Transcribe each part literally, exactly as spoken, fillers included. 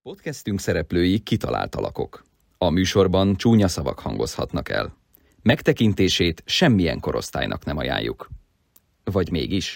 Podcastünk szereplői kitalált alakok. A műsorban csúnya szavak hangozhatnak el. Megtekintését semmilyen korosztálynak nem ajánljuk. Vagy mégis?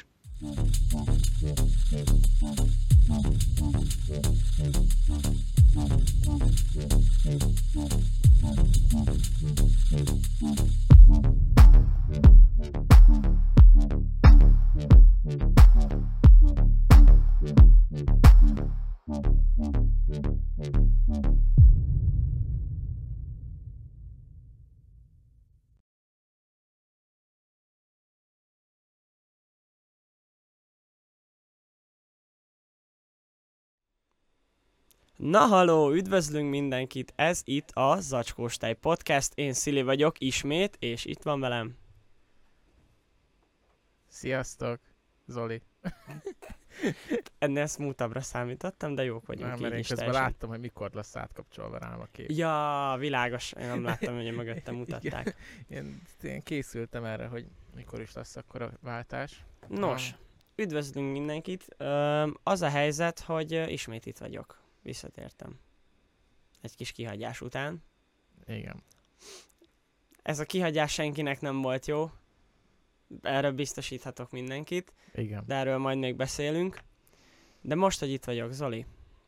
Na halló, üdvözlünk mindenkit, ez itt a Zacskóstály Podcast, én Szili vagyok ismét, és itt van velem. Sziasztok, Zoli. Ennél smooth-abbra számítottam, de jók vagyunk. Nem, így mert én is közben teljesen. láttam, hogy mikor lesz átkapcsolva rám a kép. Ja, világos, én nem láttam, hogy mögöttem mutatták. Én, én készültem erre, hogy mikor is lesz akkor a váltás. Nos, üdvözlünk mindenkit. Ö, az a helyzet, hogy ö, ismét itt vagyok. Visszatértem. Egy kis kihagyás után. Igen. Ez a kihagyás senkinek nem volt jó. Erről biztosíthatok mindenkit. Igen. De erről majd még beszélünk. De most, hogy itt vagyok, Zoli.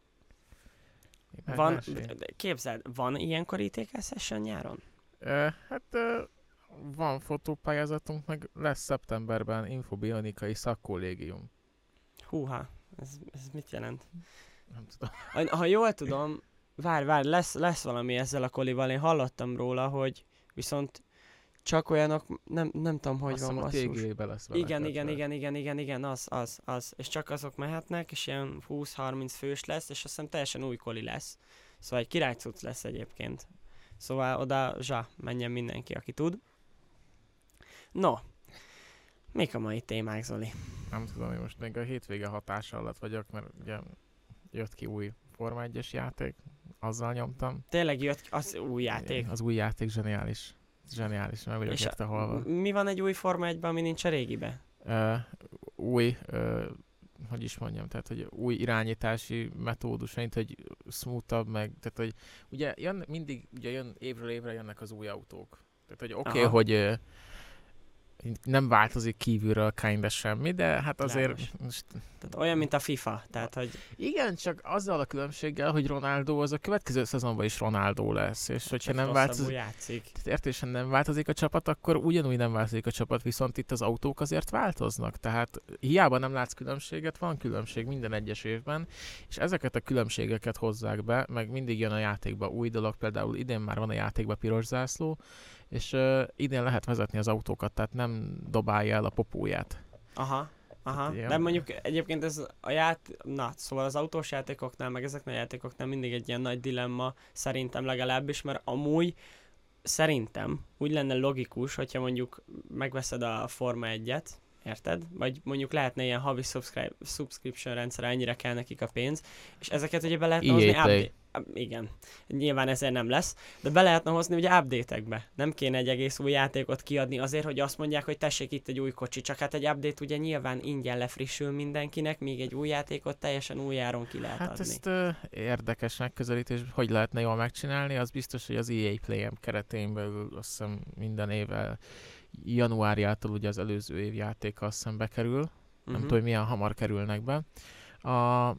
Van, Mesélj. képzeld, van ilyenkor í té ká session nyáron? Ö, hát ö, van fotópályázatunk, meg lesz szeptemberben infobionikai szakkollégium. Húha, ez, ez mit jelent? Nem tudom. Ha, ha jól tudom, várj, várj, lesz, lesz valami ezzel a kolival, én hallottam róla, hogy viszont csak olyanok, nem, nem tudom, hogy Azt van hiszem, a basszus. té gé-be lesz vele Igen, igen, kötve. igen, igen, igen, igen, az, az, az. És csak azok mehetnek, és ilyen húsz-harminc fős lesz, és azt hiszem teljesen új koli lesz. Szóval egy királycucc lesz egyébként. Szóval oda, zsá, menjen mindenki, aki tud. No, mik a mai témák, Zoli? Nem tudom, hogy most még a hétvége hatása alatt vagyok, mert ugye jött ki új Forma egyes játék, azzal nyomtam. Tényleg jött az új játék? Az új játék zseniális. Zseniális, meg vagyok És érte a, halva. mi van egy új Forma egyben, ami nincs a régibe? Uh, új, uh, hogy is mondjam, tehát hogy új irányítási metódus, mint hogy smoothabb, meg, tehát hogy ugye jön, mindig ugye jön évről évre jönnek az új autók. Tehát hogy oké, okay, hogy uh, nem változik kívülről kinda semmi, de hát azért... Világos. Most, Tehát olyan, mint a FIFA, tehát hogy... igen, csak azzal a különbséggel, hogy Ronaldo az a következő szezonban is Ronaldo lesz, és hogyha nem változik... játszik. Tehát értésen nem változik a csapat, akkor ugyanúgy nem változik a csapat, viszont itt az autók azért változnak. Tehát hiába nem látsz különbséget, van különbség minden egyes évben, és ezeket a különbségeket hozzák be, meg mindig jön a játékba új dolog, például idén már van a játékba piros zászló, és uh, idén lehet vezetni az autókat, tehát nem dobálja el a popóját. Aha, aha. ilyen- De mondjuk egyébként ez a ját... Na, szóval az autós játékoknál, meg ezeknél a játékoknál mindig egy ilyen nagy dilemma, szerintem legalábbis, mert amúgy szerintem úgy lenne logikus, hogyha mondjuk megveszed a Forma egyet, érted? Vagy mondjuk lehetne ilyen havi subscribe, subscription rendszer, ennyire kell nekik a pénz, és ezeket ugye be lehetne í á hozni Play. update. Igen, nyilván ezért nem lesz, de be lehetne hozni ugye update-ekbe. Nem kéne egy egész új játékot kiadni azért, hogy azt mondják, hogy tessék itt egy új kocsi, csak hát egy update ugye nyilván ingyen lefrissül mindenkinek, míg egy új játékot teljesen új áron ki lehet Hát adni. ezt uh, érdekes megközelítés, hogy lehetne jól megcsinálni, az biztos, hogy az í á Play keretén belül azt hiszem minden évvel januárjától ugye az előző év játéka azt hiszem bekerül, nem Mhm. tudom, hogy milyen hamar kerülnek be. A,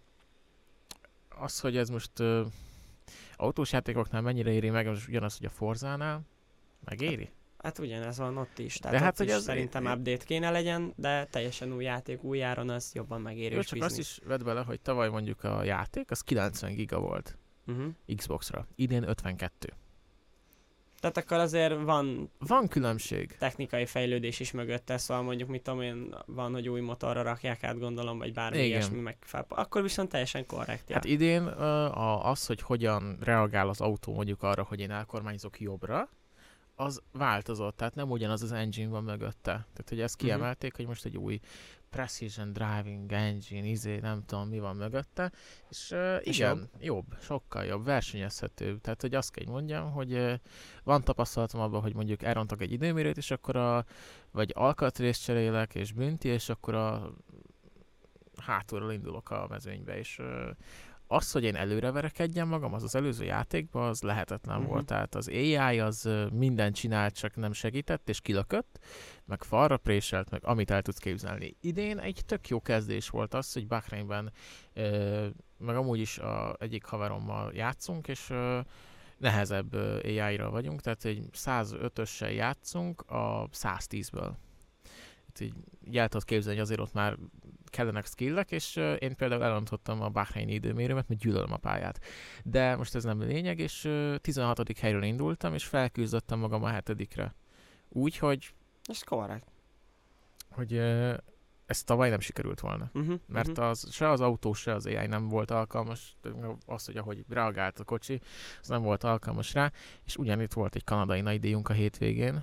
az, hogy ez most uh, autós játékoknál mennyire éri meg, most ugyanaz, hogy a Forzánál megéri. Hát ugyanez van ott is, tehát De hát, ott hogy is az- szerintem én- update kéne legyen, de teljesen új játék, új áron az jobban Jó, megérős csak azt is vedd bele, hogy tavaly mondjuk a játék, az kilencven giga volt Uh-huh. Xboxra, idén ötvenkettő. Tehát akkor azért van Van különbség. technikai fejlődés is mögötte, szóval mondjuk mit tudom én, van, hogy új motorra rakják át, gondolom, vagy bármi Igen. ilyesmi, meg fel. Akkor viszont teljesen korrekt. Ja. Hát idén uh, a, az, hogy hogyan reagál az autó mondjuk arra, hogy én elkormányzok jobbra, az változott, tehát nem ugyanaz az engine van mögötte. Tehát, hogy ezt kiemelték, hogy most egy új Precision Driving Engine, izé, nem tudom mi van mögötte, és uh, És igen, jobb? jobb, sokkal jobb, versenyezhetőbb. Tehát, hogy azt kell, hogy mondjam, hogy uh, van tapasztalatom abban, hogy mondjuk elrontok egy időmérőt, és akkor a, vagy alkatrészt cserélek, és bünti, és akkor a hátulról indulok a mezőnybe, és uh, az, hogy én előre verekedjem magam, az az előző játékban, az lehetetlen uh-huh. volt. Tehát az á i az mindent csinált, csak nem segített, és kilökött, meg falra préselt, meg amit el tudsz képzelni. Idén egy tök jó kezdés volt az, hogy Bahreinben, meg amúgy is a egyik haverommal játszunk, és nehezebb á i-ra vagyunk, tehát egy százötössel játszunk a száztízből. Így, így el tudod képzelni, hogy azért ott már kellenek skillek, és uh, én például elrontottam a bahreini időmérőmet, mert gyűlölöm a pályát. De most ez nem lényeg, és uh, tizenhatodik helyről indultam, és felküzdöttem magam a hetedikre. Úgy, hogy... Ez korrekt. Hogy uh, ez tavaly nem sikerült volna. Uh-huh, mert uh-huh. Az, se az autó, se az á i nem volt alkalmas, az, hogy ahogy reagált a kocsi, az nem volt alkalmas rá, és ugyanitt volt egy kanadai nagydíjunk a hétvégén.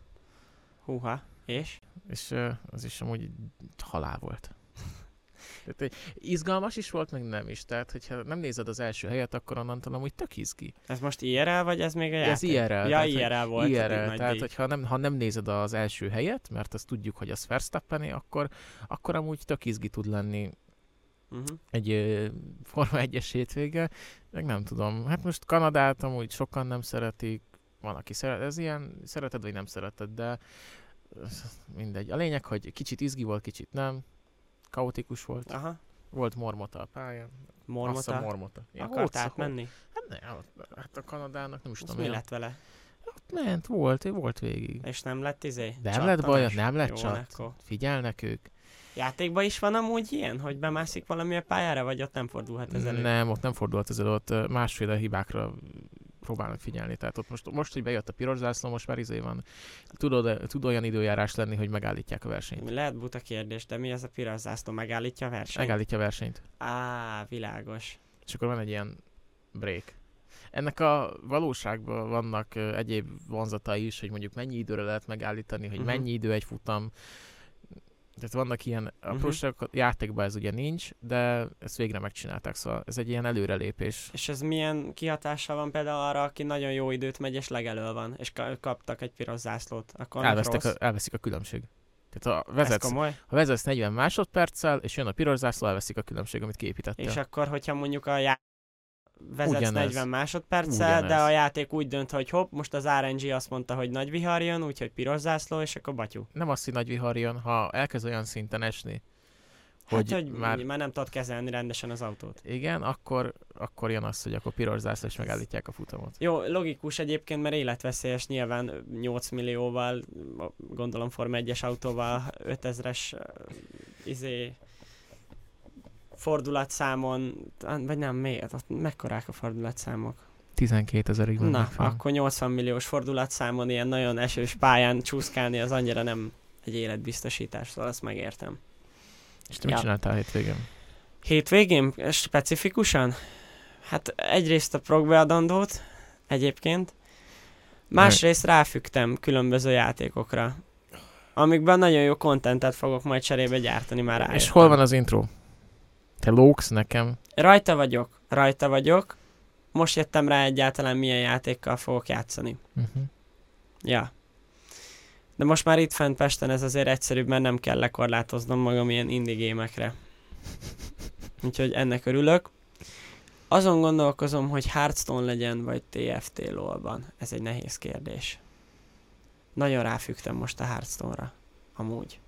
Húha. És? És uh, az is amúgy halál volt. Tehát, izgalmas is volt, meg nem is. Tehát, hogyha nem nézed az első helyet, akkor onnantól amúgy tök izgi. Ez most i er el, vagy ez még a játék? Ez i er el. Ja, tehát, i er el volt. i er el, tehát, hogyha nem, ha nem nézed az első helyet, mert azt tudjuk, hogy az Verstappen-é, akkor, akkor amúgy tök izgi tud lenni uh-huh. egy uh, Forma egyes hétvége. Meg nem tudom. Hát most Kanadát amúgy sokan nem szeretik. Van, aki szeret. Ez ilyen, szereted, vagy nem szereted, de mindegy. A lényeg, hogy kicsit izgi volt, kicsit nem. Kaotikus volt. Aha. Volt mormota a pályán. Mormota? Azt mormota. Ja, akart átmenni? Hát ne, hát a Kanadának nem is azt tudom. Mi lett vele? Ott ment, volt, volt végig. És nem lett izé? Nem Csattanás? lett baj, nem lett Jó, csat. akkor. Figyelnek ők. Játékban is van amúgy ilyen, hogy bemászik valamilyen pályára, vagy ott nem fordulhat ez elő? Nem, ott nem fordulhat ez elő, ott másféle hibákra próbálnak figyelni. Tehát ott most, most, hogy bejött a piros zászló, most már izé van. Tud, tud olyan időjárás lenni, hogy megállítják a versenyt. Lehet buta kérdés, de mi ez a piros zászló? Megállítja a versenyt? Megállítja a versenyt. Á, világos. És akkor van egy ilyen break. Ennek a valóságban vannak uh, egyéb vonzatai is, hogy mondjuk mennyi időre lehet megállítani, hogy uh-huh. mennyi idő egy futam. Tehát vannak ilyen apróságok, uh-huh. játékban ez ugye nincs, de ezt végre megcsinálták, szóval ez egy ilyen előrelépés. És ez milyen kihatással van például arra, aki nagyon jó időt megy és legelől van, és kaptak egy piros zászlót? Akkor Elvesztek a, elveszik a különbség. Tehát ha vezetsz, ha vezetsz negyven másodperccel, és jön a piros zászló, elveszik a különbség, amit kiépítettél. És akkor, hogyha mondjuk a já... vezetsz ugyanez. negyven másodperccel, ugyanez. De a játék úgy dönt, hogy hopp, most az er en gé azt mondta, hogy nagy vihar jön, úgyhogy piros zászló, és akkor batyú. Nem az, hogy nagy vihar jön, ha elkezd olyan szinten esni, hogy, hát, hogy már... már nem tudod kezelni rendesen az autót. Igen, akkor, akkor jön az, hogy akkor piros zászló, és megállítják a futamot. Jó, logikus egyébként, mert életveszélyes nyilván nyolc millióval, gondolom Forma egyes autóval, ötezres izé... fordulatszámon, vagy nem, miért? Mekkorák a fordulatszámok? tizenkétezerig van. Na, megfel. akkor nyolcvan milliós fordulatszámon ilyen nagyon esős pályán csúszkálni, az annyira nem egy életbiztosítás, szóval azt megértem. És te ja. mit csináltál hétvégén? Hétvégén? Specifikusan? Hát egyrészt a progbeadandót egyébként, másrészt ráfügtem különböző játékokra, amikben nagyon jó kontentet fogok majd cserébe gyártani már rájöttem. És hol van az intro? Te lóksz nekem? Rajta vagyok, rajta vagyok. Most jöttem rá egyáltalán milyen játékkal fogok játszani. Uh-huh. Ja. De most már itt fent Pesten ez azért egyszerűbb, mert nem kell lekorlátoznom magam ilyen indie gémekre. Úgyhogy ennek örülök. Azon gondolkozom, hogy Hearthstone legyen, vagy té ef té lolban. Ez egy nehéz kérdés. Nagyon ráfügtem most a Hearthstone-ra. Amúgy.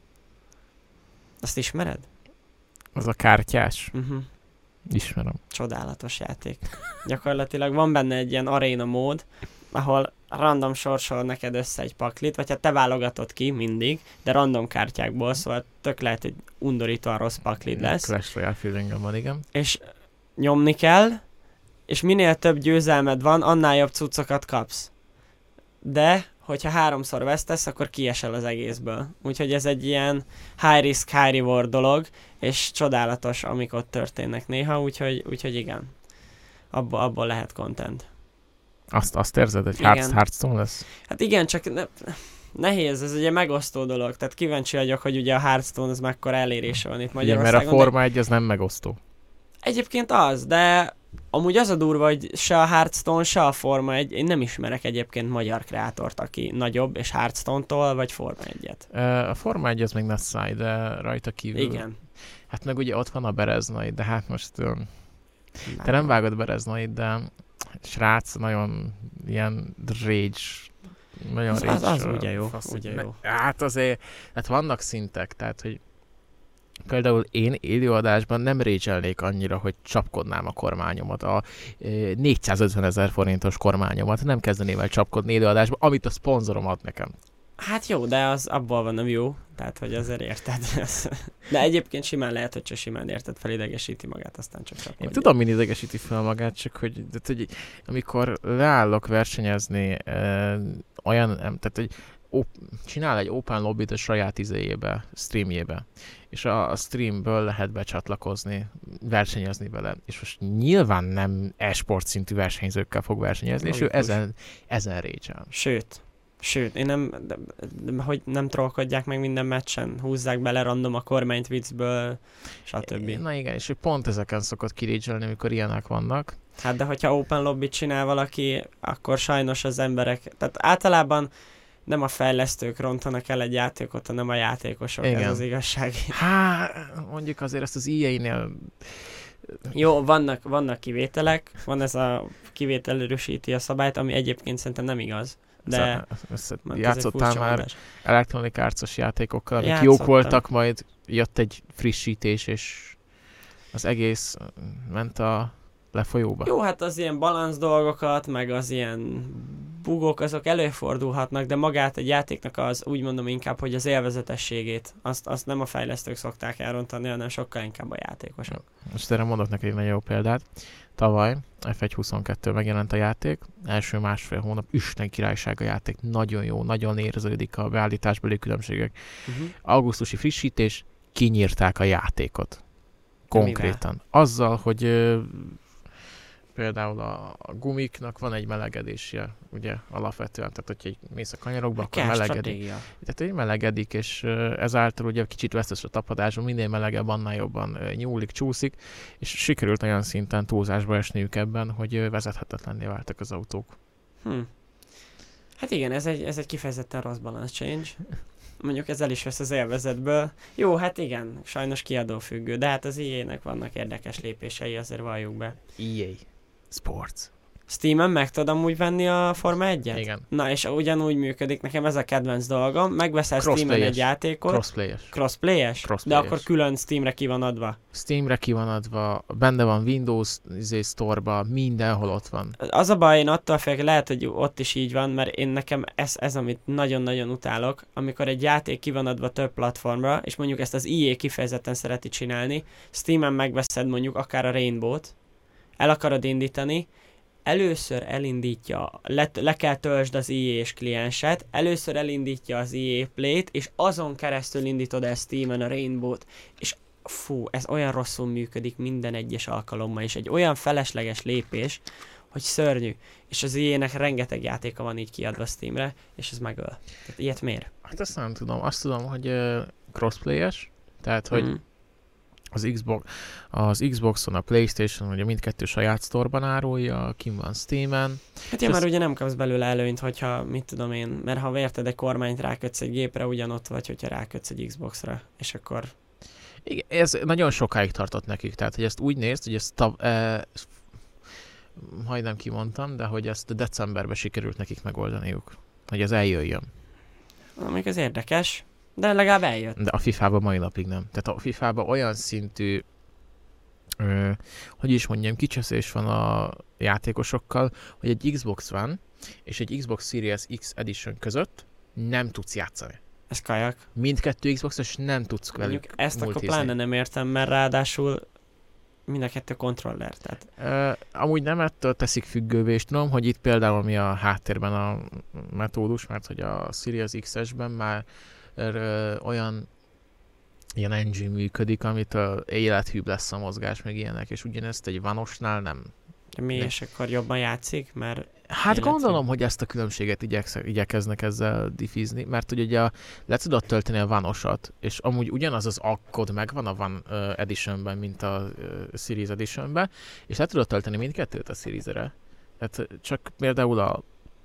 Azt ismered? Az a kártyás? Uh-huh. Ismerem. Csodálatos játék. Gyakorlatilag van benne egy ilyen aréna mód, ahol random sorsol neked össze egy paklit, vagy hát te válogatod ki mindig, de random kártyákból, szóval tök lehet, hogy undorítóan rossz paklid lesz. Clash Royale feelingem van, igen. És nyomni kell, és minél több győzelmed van, annál jobb cuccokat kapsz. De, hogyha háromszor vesztesz, akkor kiesel az egészből. Úgyhogy ez egy ilyen high risk, high reward dolog, és csodálatos, amik ott történnek néha, úgyhogy, úgyhogy igen. Abba, abból lehet content. Azt, azt érzed, hogy Hearthstone lesz? Hát igen, csak ne, nehéz, ez ugye megosztó dolog, tehát kíváncsi vagyok, hogy ugye a Hearthstone az mekkora elérése van itt Magyarországon. Igen, mert a Forma egy az nem megosztó. Egyébként az, de amúgy az a durva, hogy se a Hearthstone, se a Forma egy, én nem ismerek egyébként magyar kreátort, aki nagyobb, és Hearthstone-tól, vagy Forma egyet. A Forma egy az még nagy száj, de rajta kívül. Igen. Hát meg ugye ott van a Bereznai, de hát most... Um... Te nem vágod Bereznait, de srác nagyon ilyen rage, nagyon Az, rage. az, az ugye jó, fasz, ugye ne, jó. Hát azért, hát vannak szintek, tehát hogy például én élőadásban nem rage-elnék annyira, hogy csapkodnám a kormányomat, a e, négyszázötven ezer forintos kormányomat, nem kezdeném el csapkodni élőadásban, amit a szponzorom ad nekem. Hát jó, de az abból van nem jó, tehát hogy azért érted. De egyébként simán lehet, hogy csak simán érted, felidegesíti magát, aztán csak csak. Én tudom, mi idegesíti fel magát, csak hogy, de, hogy amikor leállok versenyezni, e, olyan, nem, tehát hogy op, csinál egy open lobbyt a saját izéjébe, streamjébe, és a, a streamből lehet becsatlakozni, versenyezni vele. És most nyilván nem e-sport szintű versenyzőkkel fog versenyezni, Logikus. És ő ezen, ezen rage-el. Sőt, Sőt, én nem, de, de, hogy nem trollkodják meg minden meccsen, húzzák bele random a kormányt viccből, stb. Na igen, és pont ezeken szokott kirédzselni, amikor ilyenek vannak. Hát de hogyha open lobbyt csinál valaki, akkor sajnos az emberek, tehát általában nem a fejlesztők rontanak el egy játékot, hanem a játékosok, igen. Ez az igazság. Hát, mondjuk azért ezt az í á-nél... Jó, vannak, vannak kivételek, van ez a kivétel erősíti a szabályt, ami egyébként szerintem nem igaz. De játszottál már Electronic Arts-os játékokkal, amik Játszottam. Jók voltak, majd jött egy frissítés, és az egész ment a lefolyóba. Jó, hát az ilyen balansz dolgokat, meg az ilyen bugok, azok előfordulhatnak, de magát egy játéknak az, úgy mondom inkább, hogy az élvezetességét, azt, azt nem a fejlesztők szokták elrontani, hanem sokkal inkább a játékosok. Most erre mondok neki egy nagyon jó példát. Tavaly ef egy huszonkettő megjelent a játék, első másfél hónap, Isten királyság a játék, nagyon jó, nagyon érződik a beállításbeli különbségek. Uh-huh. Augusztusi frissítés, kinyírták a játékot. Konkrétan. Mivel? Azzal, hogy ö, például a, a gumiknak van egy melegedésje, ugye alapvetően, tehát hogyha mész a kanyarokba, akkor melegedik. Tehát, hogy melegedik, és ezáltal ugye kicsit vesztes a tapadásban, minél melegebb, annál jobban nyúlik, csúszik, és sikerült olyan szinten túlzásba esniük ebben, hogy vezethetetlenné váltak az autók. Hm. Hát igen, ez egy, ez egy kifejezetten rossz balance change. Mondjuk ez el is vesz az élvezetből. Jó, hát igen, sajnos kiadófüggő, de hát az í á-nek vannak érdekes lépései, azért valljuk be. í á Sports. Steamen meg tudod amúgy venni a Forma egyet? Igen. Na, és ugyanúgy működik, nekem ez a kedvenc dolgom, megveszel Steamen egy játékot. Crossplayes. Crossplayes? Crossplayes. De akkor külön Steamre ki van adva. Steamre ki van adva, benne van Windows Store-ba, mindenhol ott van. Az a baj, én attól félek, lehet, hogy ott is így van, mert én nekem ez, ez amit nagyon-nagyon utálok, amikor egy játék ki van adva több platformra, és mondjuk ezt az í á kifejezetten szereti csinálni, Steamen megveszed mondjuk akár a Rainbow-t, el akarod indítani, először elindítja, le, le kell töltsd az í á-s klienset, először elindítja az í á Play-t, és azon keresztül indítod el Steamen a Rainbow-t, és fú, ez olyan rosszul működik minden egyes alkalommal, és egy olyan felesleges lépés, hogy szörnyű. És az í á-nek rengeteg játéka van így kiadva Steamre, és ez megöl. Tehát ilyet miért? Hát azt nem tudom. Azt tudom, hogy uh, crossplay-es, tehát hogy mm. az Xbox, az Xboxon, a PlayStation, ugye mindkettő saját sztorban árulja, kim van Steamen. Hát ja, mert ugye nem kapsz belőle előnyt, hogyha, mit tudom én, mert ha érted egy kormányt, rákötsz egy gépre, ugyanott vagy, hogyha rákötsz egy Xboxra, és akkor... Igen, ez nagyon sokáig tartott nekik, tehát hogy ezt úgy nézd, hogy ezt tav, eh, majdnem kimondtam, de hogy ezt decemberben sikerült nekik megoldaniuk, hogy ez eljöjjön. Amíg ez érdekes. De legalább eljött. De a fifában mai napig nem. Tehát a fifában olyan szintű, ö, hogy is mondjam, kicseszés van a játékosokkal, hogy egy Xbox One és egy Xbox Series X Edition között nem tudsz játszani. Ez kajak. Mindkettő Xbox-os nem tudsz velük Mondjuk ezt multizni. akkor pláne nem értem, mert ráadásul mind a kettő kontroller. Tehát... Uh, amúgy nem ettől teszik függővé, és tudom, hogy itt például mi a háttérben a metódus, mert hogy a Series X-esben már Ö, olyan ilyen engine működik, amitől élethűbb lesz a mozgás, meg ilyenek, és ugyanezt egy vanosnál nem. Mi, ne. És akkor jobban játszik, mert... Hát élethűbb. Gondolom, hogy ezt a különbséget igyeksz, igyekeznek ezzel diffízni, mert ugye a, le tudod tölteni a vanosat, és amúgy ugyanaz az akkod megvan a Van uh, Editionben, mint a uh, Series Editionben, és le tudod tölteni mindkettőt a Series-re. Hát csak például a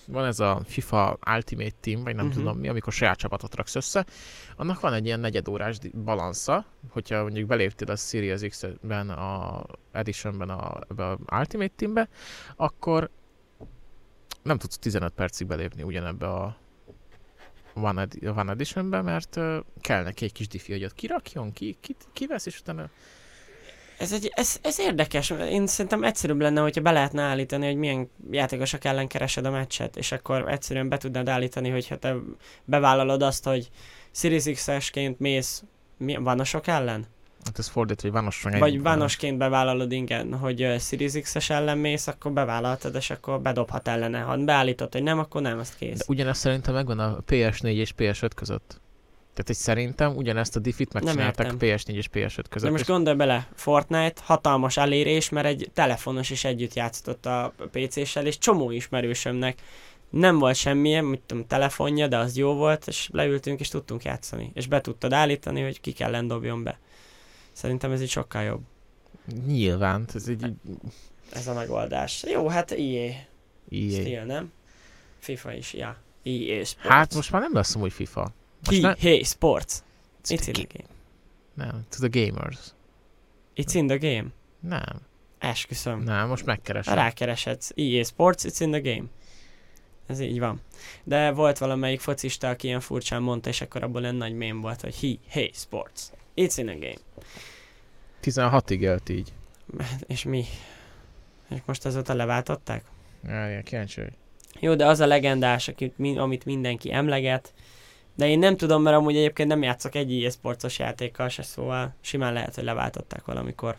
van ez a FIFA Ultimate Team, vagy nem Uh-huh. tudom mi, amikor saját csapatot raksz össze, annak van egy ilyen negyedórás di- balansza, hogyha mondjuk beléptél a Series X-ben, a Editionben, a, ebbe a Ultimate Teambe, akkor nem tudsz tizenöt percig belépni ugyanebbe a One, edi- a One Editionbe, mert uh, kell neki egy kis diffi, hogy ott kirakjon, ki, ki, ki vesz, és utána... Ez, egy, ez, ez érdekes, én szerintem egyszerűbb lenne, hogyha be lehetne állítani, hogy milyen játékosok ellen keresed a meccset, és akkor egyszerűen be tudnád állítani, hogyha te bevállalod azt, hogy Series X-esként mész mi, vanosok ellen? Hát ez fordítva, hogy vanos meg Vagy vanosként bevállalod, igen, hogy uh, Series X-es ellen mész, akkor bevállaltad, és akkor bedobhat ellene. Ha beállítod, hogy nem, akkor nem, azt kész. De ugyanezt szerintem megvan a P S négy és P S öt között. Tehát egy szerintem ugyanezt a diffit megcsinálták értem. P S négy és P S öt között. De most és gondolj bele, Fortnite hatalmas elérés, mert egy telefonos is együtt játszott a pé cé-sel, és csomó ismerősömnek nem volt semmilyen, mit tudom, telefonja, de az jó volt, és leültünk, és tudtunk játszani. És be tudtad állítani, hogy ki kellene dobjon be. Szerintem ez így sokkal jobb. Nyilván, ez egy Ez a megoldás. Jó, hát i á. I A. Still, nem? FIFA is, ja. i á Sports. Hát most már nem lesz amúgy FIFA. Most He, ne... hey, Sports. It's It's the in the ga- game. Nem, to the gamers. It's in the game. Nem, Esküszöm. nem, most megkeresem. Rákereshetsz. i á Sports, it's in the game. Ez így van. De volt valamelyik focista, aki ilyen furcsán mondta, és akkor abból egy nagy mém volt, hogy he, hey, sports. It's in a game. tizenhatig élt így. És mi? És most azóta leváltották? Jaj, kíváncsi vagy. Jó, de az a legendás, akit, mi- amit mindenki emleget. De én nem tudom, mert amúgy egyébként nem játszok egy i á Sportsos játékkal se, szóval simán lehet, hogy leváltották valamikor.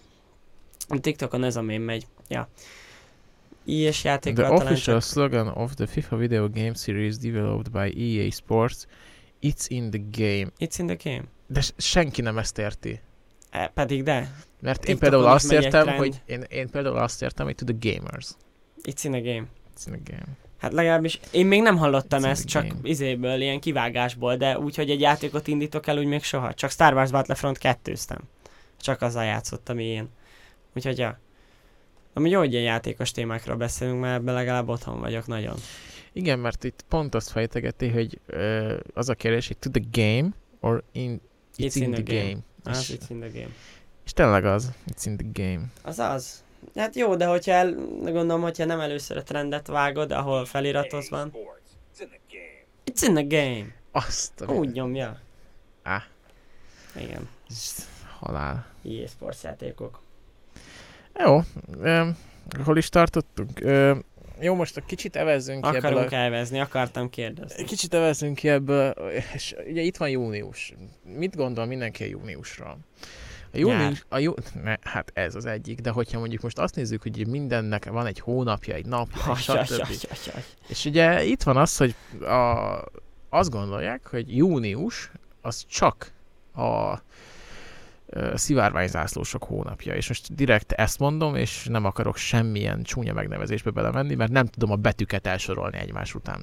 A TikTokon ez a mém megy. Ja. i á-s játékkal The talán official csak... slogan of the FIFA video game series developed by E A Sports, it's in the game. It's in the game. De s- senki nem ezt érti. E, pedig de. Mert én TikTokon például is azt megy egy értem, trend. hogy én, én például azt értem, hogy to the gamers. It's in a game. It's in the game. Hát legalábbis én még nem hallottam It's in ezt, the csak game. izéből, ilyen kivágásból, de úgy, hogy egy játékot indítok el, úgy még soha. Csak Star Wars Battlefront kettőztem. Csak azzal játszottam ilyen. Úgyhogy ja. Amúgy jó, hogy ilyen játékos témákról beszélünk, mert ebben legalább otthon vagyok nagyon. Igen, mert itt pont azt fejtegeti, hogy uh, az a kérdés, hogy to the game, or in, it's, It's in, in the, the game. game. Az És, It's in the game. és tényleg az, it's in the game. Az az. Hát jó, de hogyha el, gondolom, hogyha nem először a trendet vágod, ahol feliratos van. It's in the game. Azt a... Úgy nyomja. Á. Igen. Halál. i á Sports játékok. Jó, um, hol is tartottunk? Um, jó, most egy kicsit evezzünk ki ebből Akarunk a... elvezni, akartam kérdezni. Kicsit evezzünk ki ebből, és ugye itt van június. Mit gondol mindenki a júniusról? A június, a jú, ne, hát ez az egyik, de hogyha mondjuk most azt nézzük, hogy mindennek van egy hónapja, egy napja, egy stb. És ugye itt van az, hogy a, azt gondolják, hogy június az csak a szivárványzászlósok hónapja, és most direkt ezt mondom, és nem akarok semmilyen csúnya megnevezésbe belemenni, mert nem tudom a betűket elsorolni egymás után.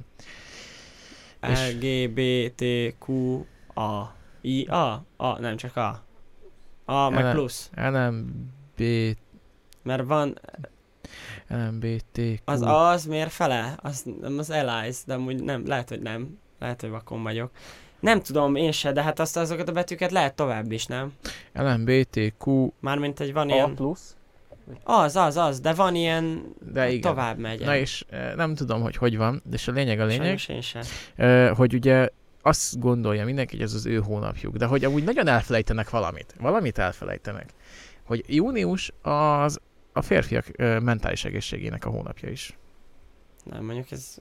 L G B T Q A I A? A, nem csak A. A, meg L- plusz. L M B Mert van, L M B T Q az az miért fele? Az nem az allies, de amúgy nem, lehet, hogy nem. Lehet, hogy vakon vagyok. Nem tudom, én se, de hát azt azokat a betűket lehet tovább is, nem? L M B T Q Mármint, hogy van A ilyen... plusz. Az, az, az, de van ilyen... De igen. Tovább megy. Na és eh, nem tudom, hogy hogy van, és a lényeg a lényeg, Sajnos én sem. eh, hogy ugye azt gondolja mindenki, hogy ez az ő hónapjuk, de hogy amúgy nagyon elfelejtenek valamit. Valamit elfelejtenek. Hogy június az a férfiak eh, mentális egészségének a hónapja is. Nem, mondjuk ez...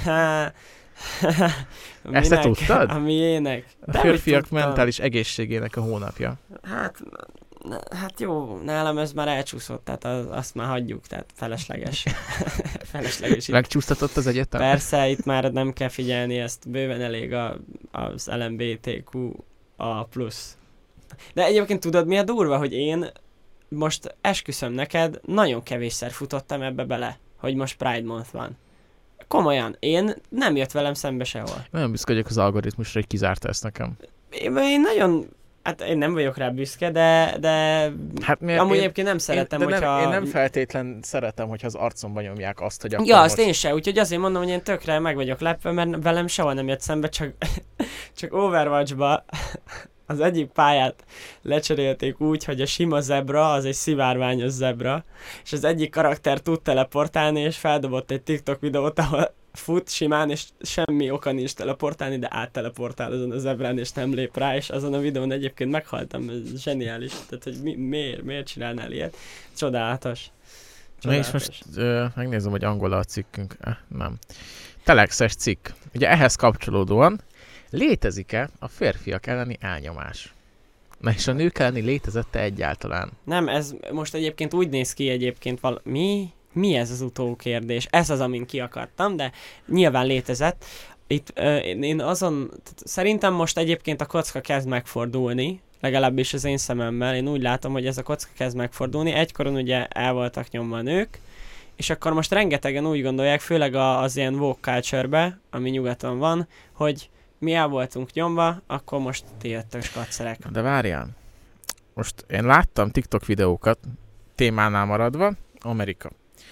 Ezt te tudtad? A miének. A De férfiak hogy tudtam. mentális egészségének a hónapja. Hát, na- hát jó, nálam ez már elcsúszott, tehát az, azt már hagyjuk, tehát felesleges. felesleges itt. Megcsúsztatott az egyetem? Persze, itt már nem kell figyelni, ezt bőven elég a, az L M B T Q A plusz. De egyébként tudod, mi a durva, hogy én most esküszöm neked, nagyon kevésszer futottam ebbe bele, hogy most Pride Month van. Komolyan, én nem jött velem szembe sehol. Nagyon büszke vagyok az algoritmusra, hogy kizárta ezt nekem. Én, én nagyon Hát én nem vagyok rá büszke, de, de Hát miért? amúgy Én- egyébként nem szeretem, én, de hogyha... nem, én nem feltétlen szeretem, hogyha az arcomba nyomják azt, hogy akkor Ja, most... azt én se, úgyhogy azért mondom, hogy én tökre meg vagyok lepve, mert velem soha nem jött szembe, csak, csak Overwatch-ba az egyik pályát lecserélték úgy, hogy a sima zebra, az egy szivárványos zebra, és az egyik karakter tud teleportálni, és feldobott egy TikTok videót, ahol fut simán, és semmi oka nincs teleportálni, de átteleportál azon a zebrán, és nem lép rá, és azon a videón egyébként meghaltam, ez zseniális, tehát hogy mi, miért, miért csinálnál ilyet? Csodálatos. Na és most ö, megnézem, hogy angol a cikkünk. Eh, nem. Telexes cikk. Ugye ehhez kapcsolódóan létezik-e a férfiak elleni elnyomás? Na és a nők elleni létezette egyáltalán? Nem, ez most egyébként úgy néz ki egyébként val... Mi? Mi ez az utókérdés? Ez az, amin ki akartam, de nyilván létezett. Itt ö, én azon... Szerintem most egyébként a kocka kezd megfordulni, legalábbis az én szememmel. Én úgy látom, hogy ez a kocka kezd megfordulni. Egykoron ugye el voltak nyomva a nők, és akkor most rengetegen úgy gondolják, főleg a, az ilyen woke culture-be, ami nyugaton van, hogy mi el voltunk nyomva, akkor most ti jöttök skaccerek. De várjál. Most én láttam TikTok videókat, témánál maradva, Amerika.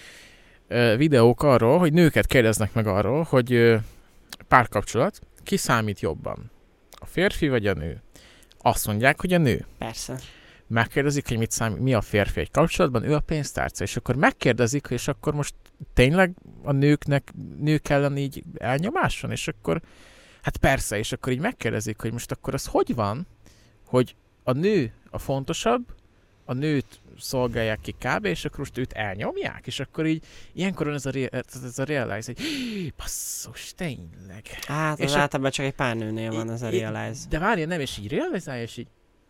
Ö, videók arról, hogy nőket kérdeznek meg arról, hogy ö, párkapcsolat, ki számít jobban? A férfi vagy a nő? Azt mondják, hogy a nő. Persze. Megkérdezik, hogy mit számít, mi a férfi egy kapcsolatban, ő a pénztárca, és akkor megkérdezik, és akkor most tényleg a nőknek, nők ellen így elnyomás van, és akkor, hát persze, és akkor így megkérdezik, hogy most akkor az hogy van, hogy a nő a fontosabb, a nőt szolgálják ki kb, és akkor most őt elnyomják, és akkor így ilyenkor ez a, ez, ez a realize, hogy basszus, tényleg. Hát És az a- általában csak egy pár nőnél van az a I- realize. De várja, nem, és így realizálja, és így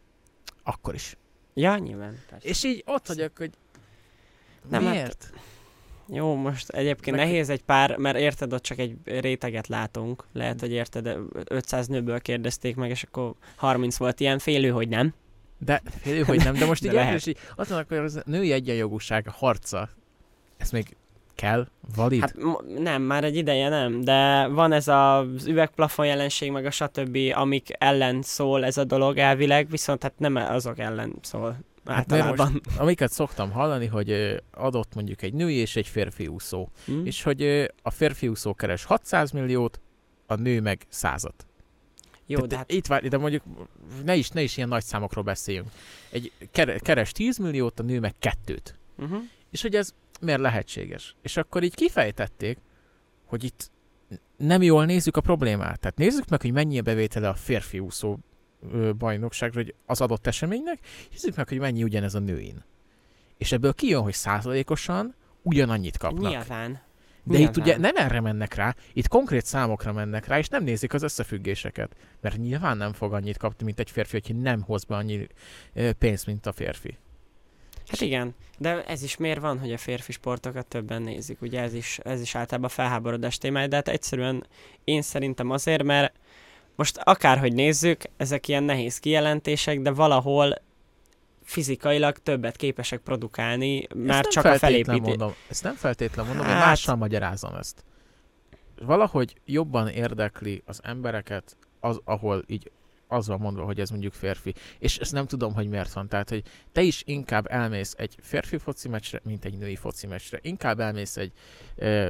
akkor is. Ja, nyilván. Persze. És így ott vagyok, hogy Nem, hát- miért? Jó, most egyébként Meg- nehéz egy pár, mert érted, ott csak egy réteget látunk. Lehet, hogy érted, ötszáz nőből kérdezték meg, és akkor harminc volt ilyen, félő, hogy nem. De félő, hogy nem, de most De így, lehet. és így azt mondnak, hogy az női egyenjogúság harca, ez még kell? Valid? Hát m- nem, már egy ideje nem, de van ez az üvegplafon jelenség, meg a stb., amik ellen szól ez a dolog elvileg, viszont hát nem azok ellen szól Hát mert általában. amiket szoktam hallani, hogy ö, adott mondjuk egy női és egy férfi úszó, Hm? és hogy ö, a férfi úszó keres hatszáz milliót, a nő meg százat. Jó, Tehát de hát itt vár, de mondjuk ne is, ne is ilyen nagy számokról beszéljünk. Egy kere- keres tíz milliót, a nő meg kettőt. uh-huh. És hogy ez miért lehetséges? És akkor így kifejtették, hogy itt nem jól nézzük a problémát. Tehát nézzük meg, hogy mennyi a bevétele a férfi úszó ö, bajnokságra, hogy az adott eseménynek, nézzük meg, hogy mennyi ugyanez a nőin. És ebből kijön, hogy százalékosan ugyanannyit kapnak. Nyilván. De itt Nyilván. ugye nem erre mennek rá, itt konkrét számokra mennek rá, és nem nézik az összefüggéseket. Mert nyilván nem fog annyit kapni, mint egy férfi, hogyha nem hoz be annyi ö, pénzt, mint a férfi. Hát igen, de ez is miért van, hogy a férfi sportokat többen nézik, ugye ez is, ez is általában felháborodás témája, de hát egyszerűen én szerintem azért, mert most akárhogy nézzük, ezek ilyen nehéz kijelentések, de valahol fizikailag többet képesek produkálni, már Ezt csak nem a feltétlen felépítés. mondom, ezt nem feltétlen mondom, Hát- én mással magyarázom ezt. Valahogy jobban érdekli az embereket, az, ahol így az van mondva, hogy ez mondjuk férfi. És ezt nem tudom, hogy miért van. Tehát, hogy te is inkább elmész egy férfi foci meccsre, mint egy női foci meccsre. Inkább elmész egy ö,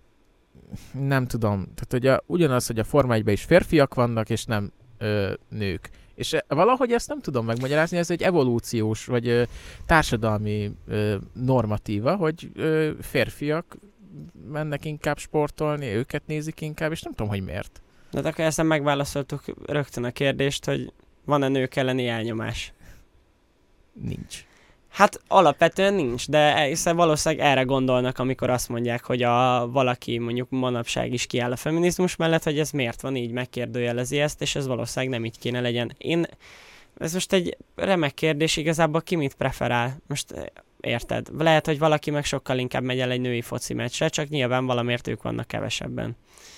nem tudom, tehát ugye ugyanaz, hogy a Forma egyben is férfiak vannak, és nem ö, nők. És e- valahogy ezt nem tudom megmagyarázni, ez egy evolúciós, vagy ö, társadalmi ö, normatíva, hogy ö, férfiak mennek inkább sportolni, őket nézik inkább, és nem tudom, hogy miért. De akkor ezzel megválaszoltuk rögtön a kérdést, hogy van-e nők elleni elnyomás. Nincs. Hát alapvetően nincs, de hiszen valószínűleg erre gondolnak, amikor azt mondják, hogy a valaki mondjuk manapság is kiáll a feminizmus mellett, hogy ez miért van így, megkérdőjelezi ezt, és ez valószínűleg nem így kéne legyen. Én, ez most egy remek kérdés, igazából ki mit preferál? Most eh, érted? Lehet, hogy valaki meg sokkal inkább megy el egy női foci meccsre, csak nyilván valamiért ők vannak kevesebben.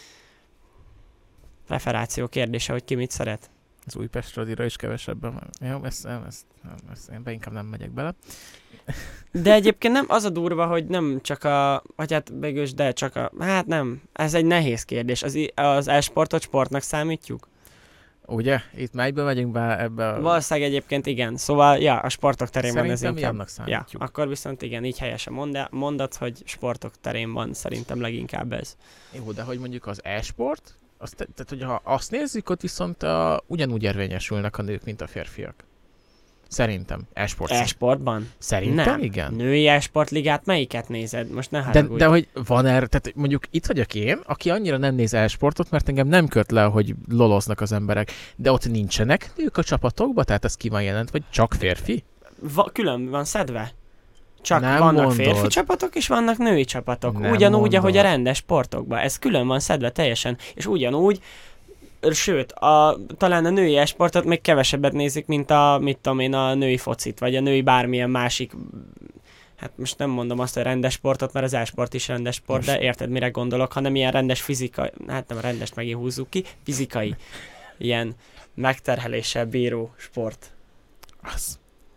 Preferáció kérdése, hogy ki mit szeret. Az Újpest Radira is kevesebben van. Jó, ezt, ezt, ezt én be inkább nem megyek bele. De egyébként nem az a durva, hogy nem csak a, vagy hát végülis, de csak a, hát nem, ez egy nehéz kérdés. Az, i- az e-sportot sportnak számítjuk? Ugye? Itt melybe megyünk be ebbe a... Valószínűleg egyébként igen. Szóval, ja, a sportok terén van ez Szerintem inkább. annak Ja, számítjuk. akkor viszont igen, így helyes a monda- mondat, hogy sportok terén van szerintem leginkább ez. Jó, de hogy mondjuk az e-sport, azt, tehát hogyha azt nézzük, ott viszont uh, ugyanúgy érvényesülnek a nők, mint a férfiak. Szerintem. E-sport. E-sportban? Szerintem Nem. igen. Női e-sportligát melyiket nézed? Most ne De, haragudj. de hogy van erre, tehát mondjuk itt vagyok én, aki annyira nem néz e-sportot, mert engem nem köt le, hogy loloznak az emberek, de ott nincsenek nők a csapatokba, tehát ez ki van jelent, vagy csak férfi? Va- külön van szedve? Csak Nem vannak mondod. férfi csapatok, és vannak női csapatok. Nem ugyanúgy, mondod. ahogy a rendes sportokban. Ez külön van szedve teljesen. És ugyanúgy, sőt, a, talán a női e-sportot még kevesebbet nézik, mint a, mit tudom én, a női focit, vagy a női bármilyen másik, hát most nem mondom azt, hogy rendes sportot, mert az e-sport is rendes sport, de érted, mire gondolok, hanem ilyen rendes fizikai, hát nem rendes, megint húzzuk ki, fizikai, ilyen megterheléssel bíró sport. Az.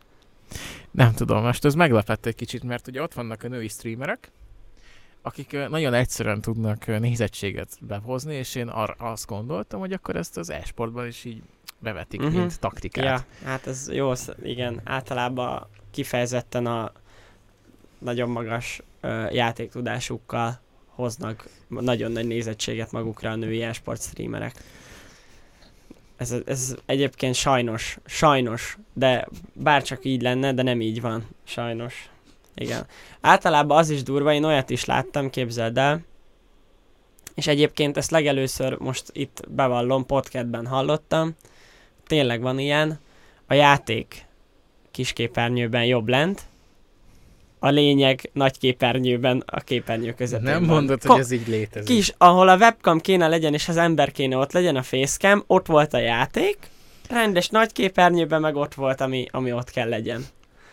Nem tudom, most ez meglepett egy kicsit, mert ugye ott vannak a női streamerek, akik ö, nagyon egyszerűen tudnak ö, nézettséget behozni, és én ar- azt gondoltam, hogy akkor ezt az e-sportban is így bevetik, Mhm. mint taktikát. Ja, hát ez jó, sz- igen, általában kifejezetten a nagyon magas ö, játéktudásukkal hoznak nagyon nagy nézettséget magukra a női e-sport streamerek. Ez, ez egyébként sajnos, sajnos, de bárcsak így lenne, de nem így van, sajnos. Igen. Általában az is durva, én olyat is láttam, képzeld el, és egyébként ezt legelőször most itt bevallom, podcastben hallottam, tényleg van ilyen, a játék kisképernyőben jobb lent, a lényeg nagy képernyőben a képernyő közepén Nem van. mondod, Ko- hogy ez így létezik. Kis, ahol a webcam kéne legyen, és az ember kéne ott legyen, a facecam, ott volt a játék, rendes nagy képernyőben meg ott volt, ami, ami ott kell legyen.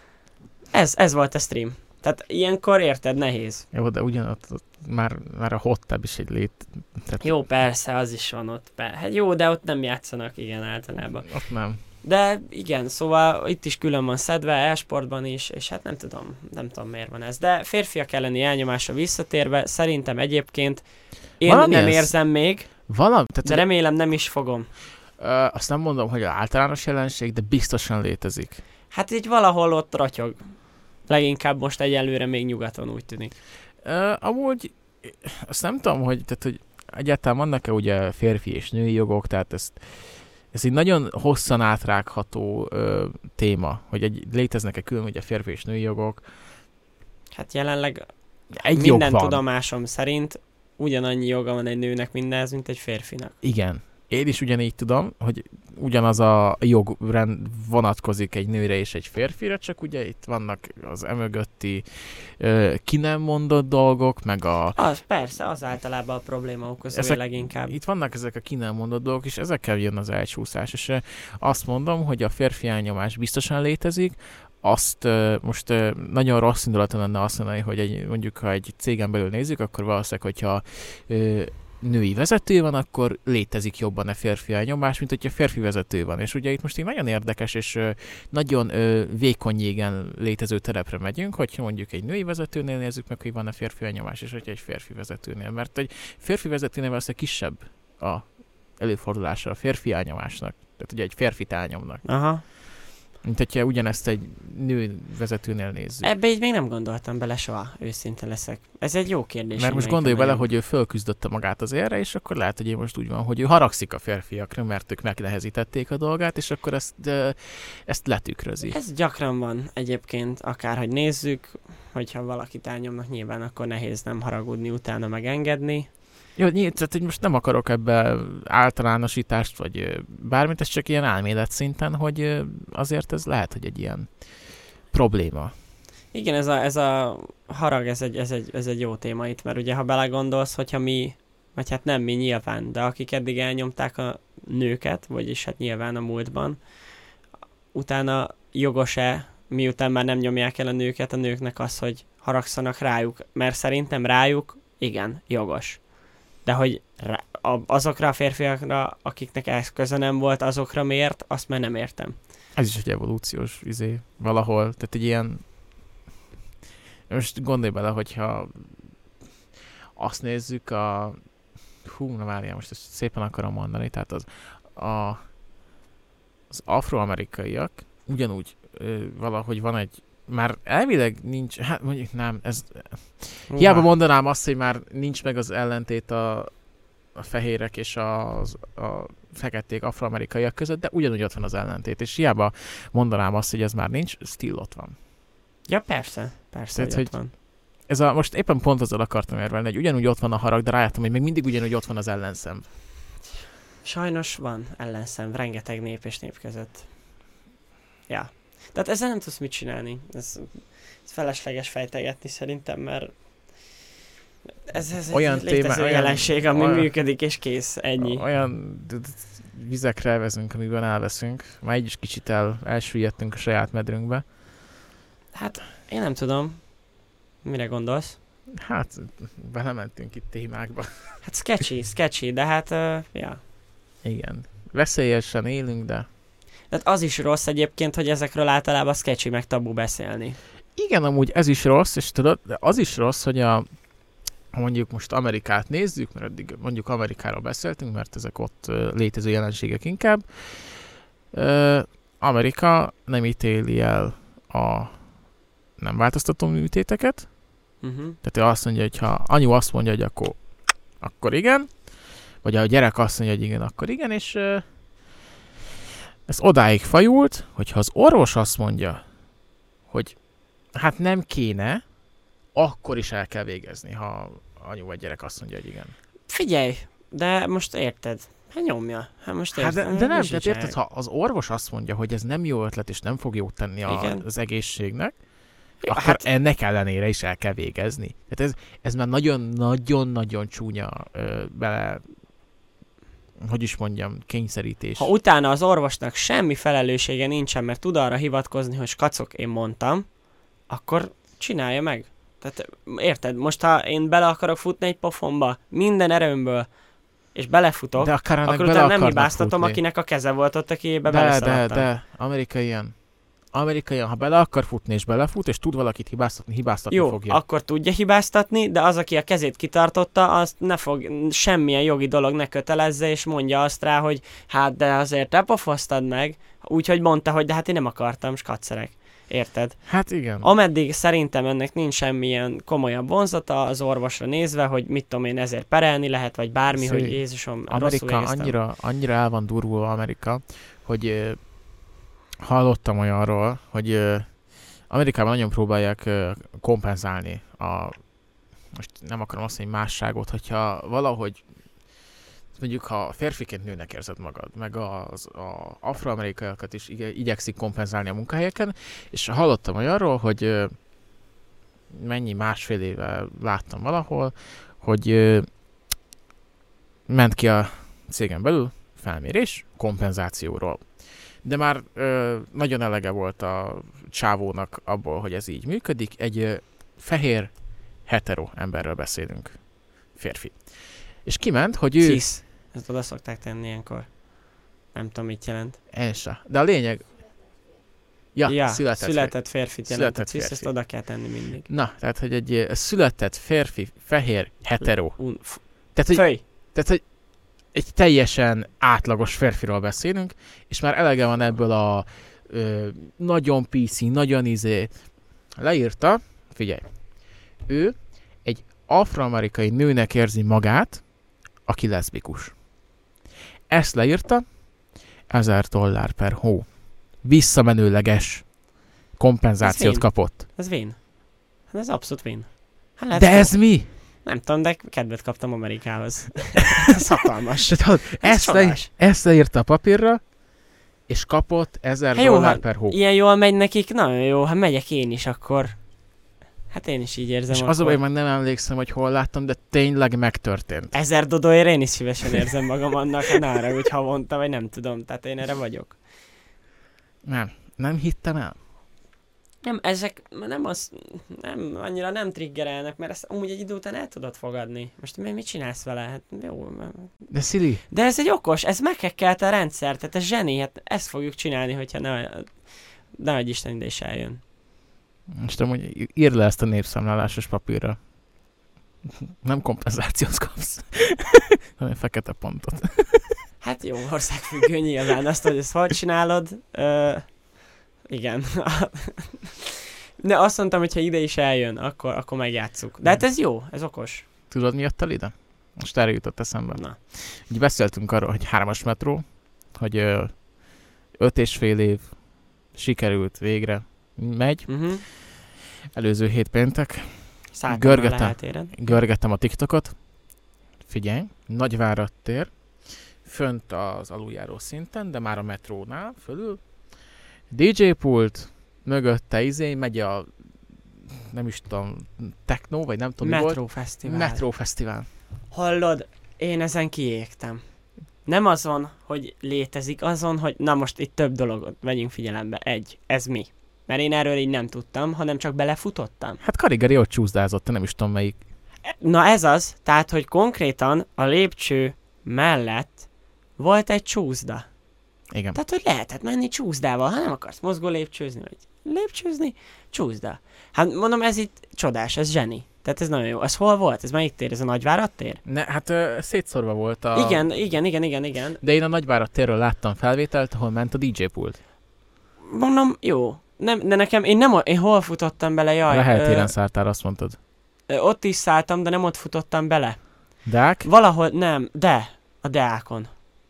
Ez, ez volt a stream. Tehát ilyenkor érted, nehéz. Jó, de ugyanott ott már, már a hot tab is egy lét... Tehát Jó, persze, az is van ott. Per. Hát jó, de ott nem játszanak, igen, általában. ott nem. De igen, szóval itt is külön van szedve, e-sportban is, és hát nem tudom, nem tudom miért van ez. De férfiak elleni elnyomásra visszatérve, szerintem egyébként én Valami nem ez- érzem még, Valami, tehát de remélem nem is fogom. ö, azt nem mondom, hogy általános jelenség, de biztosan létezik. Hát így valahol ott ratyog. Leginkább most egyelőre még nyugaton úgy tűnik. Uh, amúgy azt nem tudom, hogy, tehát, hogy egyáltalán vannak-e ugye férfi és női jogok, tehát ezt, ez egy nagyon hosszan átrágható uh, téma, hogy egy, léteznek-e külön ugye férfi és női jogok. Hát jelenleg Egy minden jog van. tudomásom szerint ugyanannyi joga van egy nőnek mindenhez, mint egy férfinak. Igen. Én is ugyanígy tudom, hogy ugyanaz a jogrend vonatkozik egy nőre és egy férfira, csak ugye itt vannak az emögötti uh, ki nem mondott dolgok, meg a... Az persze, az általában a probléma okozója Ezek- leginkább. Itt vannak ezek a ki nem mondott dolgok, és ezekkel jön az elcsúszás. És eh, azt mondom, hogy a férfi elnyomás biztosan létezik, azt uh, most uh, nagyon rossz indulaton lenne azt mondani, hogy egy, mondjuk ha egy cégen belül nézzük, akkor valószínűleg, hogyha uh, női vezető van, akkor létezik jobban a férfi elnyomás, mint hogyha férfi vezető van. És ugye itt most egy nagyon érdekes és uh, nagyon uh, vékony jégen létező terepre megyünk, hogyha mondjuk egy női vezetőnél nézzük meg, hogy van a férfi elnyomás, és hogyha egy férfi vezetőnél. Mert egy férfi vezetőnél valószínűleg kisebb a előfordulása a férfi elnyomásnak. Tehát ugye egy férfit elnyomnak. Aha. Mint hogyha ugyanezt egy nő vezetőnél nézzük. Ebbe így még nem gondoltam bele soha, őszinte leszek. Ez egy jó kérdés. Mert most hogy gondolj melyiken bele, vagyunk. hogy ő fölküzdötte magát az érre, és akkor lehet, hogy én most úgy van, hogy ő haragszik a férfiakra, mert ők megnehezítették a dolgát, és akkor ezt, de, ezt letükrözi. Ez gyakran van egyébként, akárhogy nézzük, hogyha valakit elnyomnak, nyilván akkor nehéz nem haragudni, utána megengedni. Jó, nyilván, tehát hogy most nem akarok ebbe általánosítást, vagy ö, bármit, ez csak ilyen elmélet szinten, hogy ö, azért ez lehet, hogy egy ilyen probléma. Igen, ez a, ez a harag, ez egy, ez, egy, ez egy jó téma itt, mert ugye ha belegondolsz, hogyha mi, vagy hát nem mi nyilván, de akik eddig elnyomták a nőket, vagyis hát nyilván a múltban, utána jogos-e, miután már nem nyomják el a nőket, a nőknek az, hogy haragszanak rájuk, mert szerintem rájuk, igen, jogos. De hogy rá, a, azokra a férfiakra, akiknek ez köze nem volt, azokra miért, azt már nem értem. Ez is egy evolúciós izé valahol, tehát egy ilyen... Most gondolj bele, hogyha azt nézzük a... Hú, na várjál, most ezt szépen akarom mondani, tehát az a az afroamerikaiak ugyanúgy ö, valahogy van egy, már elvileg nincs, hát mondjuk nem, ez, Uha. hiába mondanám azt, hogy már nincs meg az ellentét a, a fehérek és a, a feketék afroamerikaiak között, de ugyanúgy ott van az ellentét, és hiába mondanám azt, hogy ez már nincs, still ott van. Ja, persze, persze, Tehát, hogy ott hogy van. Ez a, most éppen pont azzal akartam érvelni, hogy ugyanúgy ott van a harag, de rájöttem, hogy még mindig ugyanúgy ott van az ellenszem. Sajnos van ellenszem, rengeteg nép és nép között. Ja. Tehát ezzel nem tudsz mit csinálni. Ez, ez felesleges fejtegetni szerintem, mert ez, ez Olyan egy létező téma- olyan- jelenség, ami olyan- működik, és kész, ennyi. Olyan d- d- vizekre elvezünk, amiben elveszünk. Már így is kicsit el, elsüllyedtünk a saját medrünkbe. Hát, én nem tudom. Mire gondolsz? Hát, belementünk itt témákba. Hát sketchy, sketchy, de hát, uh, ja. Igen. Veszélyesen élünk, de... Tehát az is rossz egyébként, hogy ezekről általában sketchy meg tabu beszélni. Igen, amúgy ez is rossz, és tudod, de az is rossz, hogy a, ha mondjuk most Amerikát nézzük, mert eddig mondjuk Amerikáról beszéltünk, mert ezek ott ö, létező jelenségek inkább. Ö, Amerika nem ítéli el a nem változtató műtéteket. Uh-huh. Tehát ő azt mondja, hogy ha anyu azt mondja, hogy akkor, akkor igen, vagy a gyerek azt mondja, hogy igen, akkor igen, és ö, ez odáig fajult, hogyha az orvos azt mondja, hogy hát nem kéne, akkor is el kell végezni, ha anyu vagy gyerek azt mondja, hogy igen. Figyelj, de most érted. Hát nyomja. Hát most Hát érted. de, de nem, Mit tehát csinálják? érted, ha az orvos azt mondja, hogy ez nem jó ötlet, és nem fog jót tenni a, Igen. az egészségnek, Ja, akkor hát- ennek ellenére is el kell végezni. Tehát ez, ez már nagyon-nagyon-nagyon csúnya ö, bele, hogy is mondjam, kényszerítés. Ha utána az orvosnak semmi felelőssége nincsen, mert tud arra hivatkozni, hogy skacok, én mondtam, akkor csinálja meg. Tehát érted, most ha én bele akarok futni egy pofonba, minden erőmből, és belefutok, de akár ennek akkor bele utána nem akarnak hibáztatom, futni. akinek a keze volt ott, akiébe De, de, beleszaladtam. de, Amerika ilyen. Amerika ilyen, ha bele akar futni és belefut, és tud valakit hibáztatni, hibáztatni Jó, fogja. akkor tudja hibáztatni, de az, aki a kezét kitartotta, azt ne fog, semmilyen jogi dolog ne kötelezze, és mondja azt rá, hogy hát de azért te pofoztad meg, úgyhogy mondta, hogy de hát én nem akartam, skaccerek. Érted? Hát igen. Ameddig szerintem ennek nincs semmilyen komolyabb vonzata az orvosra nézve, hogy mit tudom én, ezért perelni lehet, vagy bármi, Szép. hogy Jézusom, rosszul Amerika végeztem. annyira, annyira el van durvulva Amerika, hogy ö, hallottam olyanról, hogy ö, Amerikában nagyon próbálják ö, kompenzálni a, most nem akarom azt mondani másságot, hogyha valahogy mondjuk, ha férfiként nőnek érzed magad, meg az a afroamerikaiakat is igye, igyekszik kompenzálni a munkahelyeken, és hallottam olyanról, hogy ö, mennyi másfél éve láttam valahol, hogy ö, ment ki a cégen belül felmérés kompenzációról. De már ö, nagyon elege volt a csávónak abból, hogy ez így működik. Egy ö, fehér, hetero emberről beszélünk. Férfi. És kiment, hogy ő... Cis. Ezt oda szokták tenni ilyenkor. Nem tudom, mit jelent. Én se. De a lényeg... Ja, ja született, született férfit jelent. A Született cis, ezt férfi. oda kell tenni mindig. Na, tehát, hogy egy ö, született férfi, fehér, hetero. Un, f- Tehát, hogy, Föj! tehát, hogy egy teljesen átlagos férfiról beszélünk, és már elege van ebből a ö, nagyon pé cé, nagyon izé. Leírta, figyelj, ő egy afroamerikai nőnek érzi magát, aki leszbikus. Ezt leírta, ezer dollár per hó. Visszamenőleges kompenzációt Ez kapott. Ez vén. Hát ez abszolút vén. Hát let's De go. ez mi? Nem tudom, de kedvet kaptam Amerikához. Ez hatalmas. Tehát, hallod, Ez ezt, le, csodás. ezt leírta a papírra, és kapott ezer Hát jó, dollár hát per hó. ilyen jól megy nekik, nagyon jó, hát megyek én is akkor. Hát én is így érzem És akkor. az a baj, hogy már nem emlékszem, hogy hol láttam, de tényleg megtörtént. Ezer dodóért én is szívesen érzem magam annak, ha nára, hogy havonta, vagy nem tudom, tehát én erre vagyok. Nem, nem hittem el. Nem, ezek nem az, nem, annyira nem triggerelnek, mert ezt amúgy egy idő után el tudod fogadni. Most mi, mit csinálsz vele? Hát jó. De Szili, De ez egy okos, ez meghekkelte a rendszer, tehát ez zseni, hát ezt fogjuk csinálni, hogyha ne, nehogy Isten ide is eljön. most amúgy írd le ezt a népszámlálásos papírra. Nem kompenzációt kapsz, hanem fekete pontot. Hát jó, országfüggő nyilván. Azt, hogy ezt hogy csinálod, ö, igen. De azt mondtam, hogy ha ide is eljön, akkor, akkor megjátsszuk. De hát ez jó, ez okos. Tudod, mi jött el ide? Most erre jutott eszembe. Na. Úgy beszéltünk arról, hogy hármas metró, hogy ö, öt és fél év sikerült végre, megy. Uh-huh. Előző hét péntek. Szálltam már Görgetem. lehetéren. Görgettem a TikTokot. Figyelj, Nagyvárad tér, fönt az aluljáró szinten, de már a metrónál fölül. dé dzsé pult, mögötte izé, megy a, nem is tudom, techno, vagy nem tudom mi volt. Metro Fesztivál. Metro Fesztivál. Hallod, én ezen kiégtem. Nem azon, hogy létezik, azon, hogy na most itt több dologot vegyünk figyelembe. Egy, ez mi? Mert én erről így nem tudtam, hanem csak belefutottam. Hát Karigeri ott csúszdázott, nem is tudom melyik. Na ez az, tehát, hogy konkrétan a lépcső mellett volt egy csúszda. Igen. Tehát, hogy lehetett menni csúszdával, ha nem akarsz mozgó lépcsőzni, vagy lépcsőzni, csúszda. Hát mondom, ez itt csodás, ez zseni. Tehát ez nagyon jó. Ez hol volt? Ez melyik tér? Ez a Nagyvárad tér? Ne, hát ö, szétszorva volt a... Igen, igen, igen, igen, igen. De én a Nagyvárad térről láttam felvételt, ahol ment a dé dzsé pult. Mondom, jó. Nem, de nekem, én nem, én hol futottam bele, jaj. Leheltéren ö, szálltál, azt mondtad. ö, ott is szálltam, de nem ott futottam bele. Deák? Valahol, nem, de, a Deákon.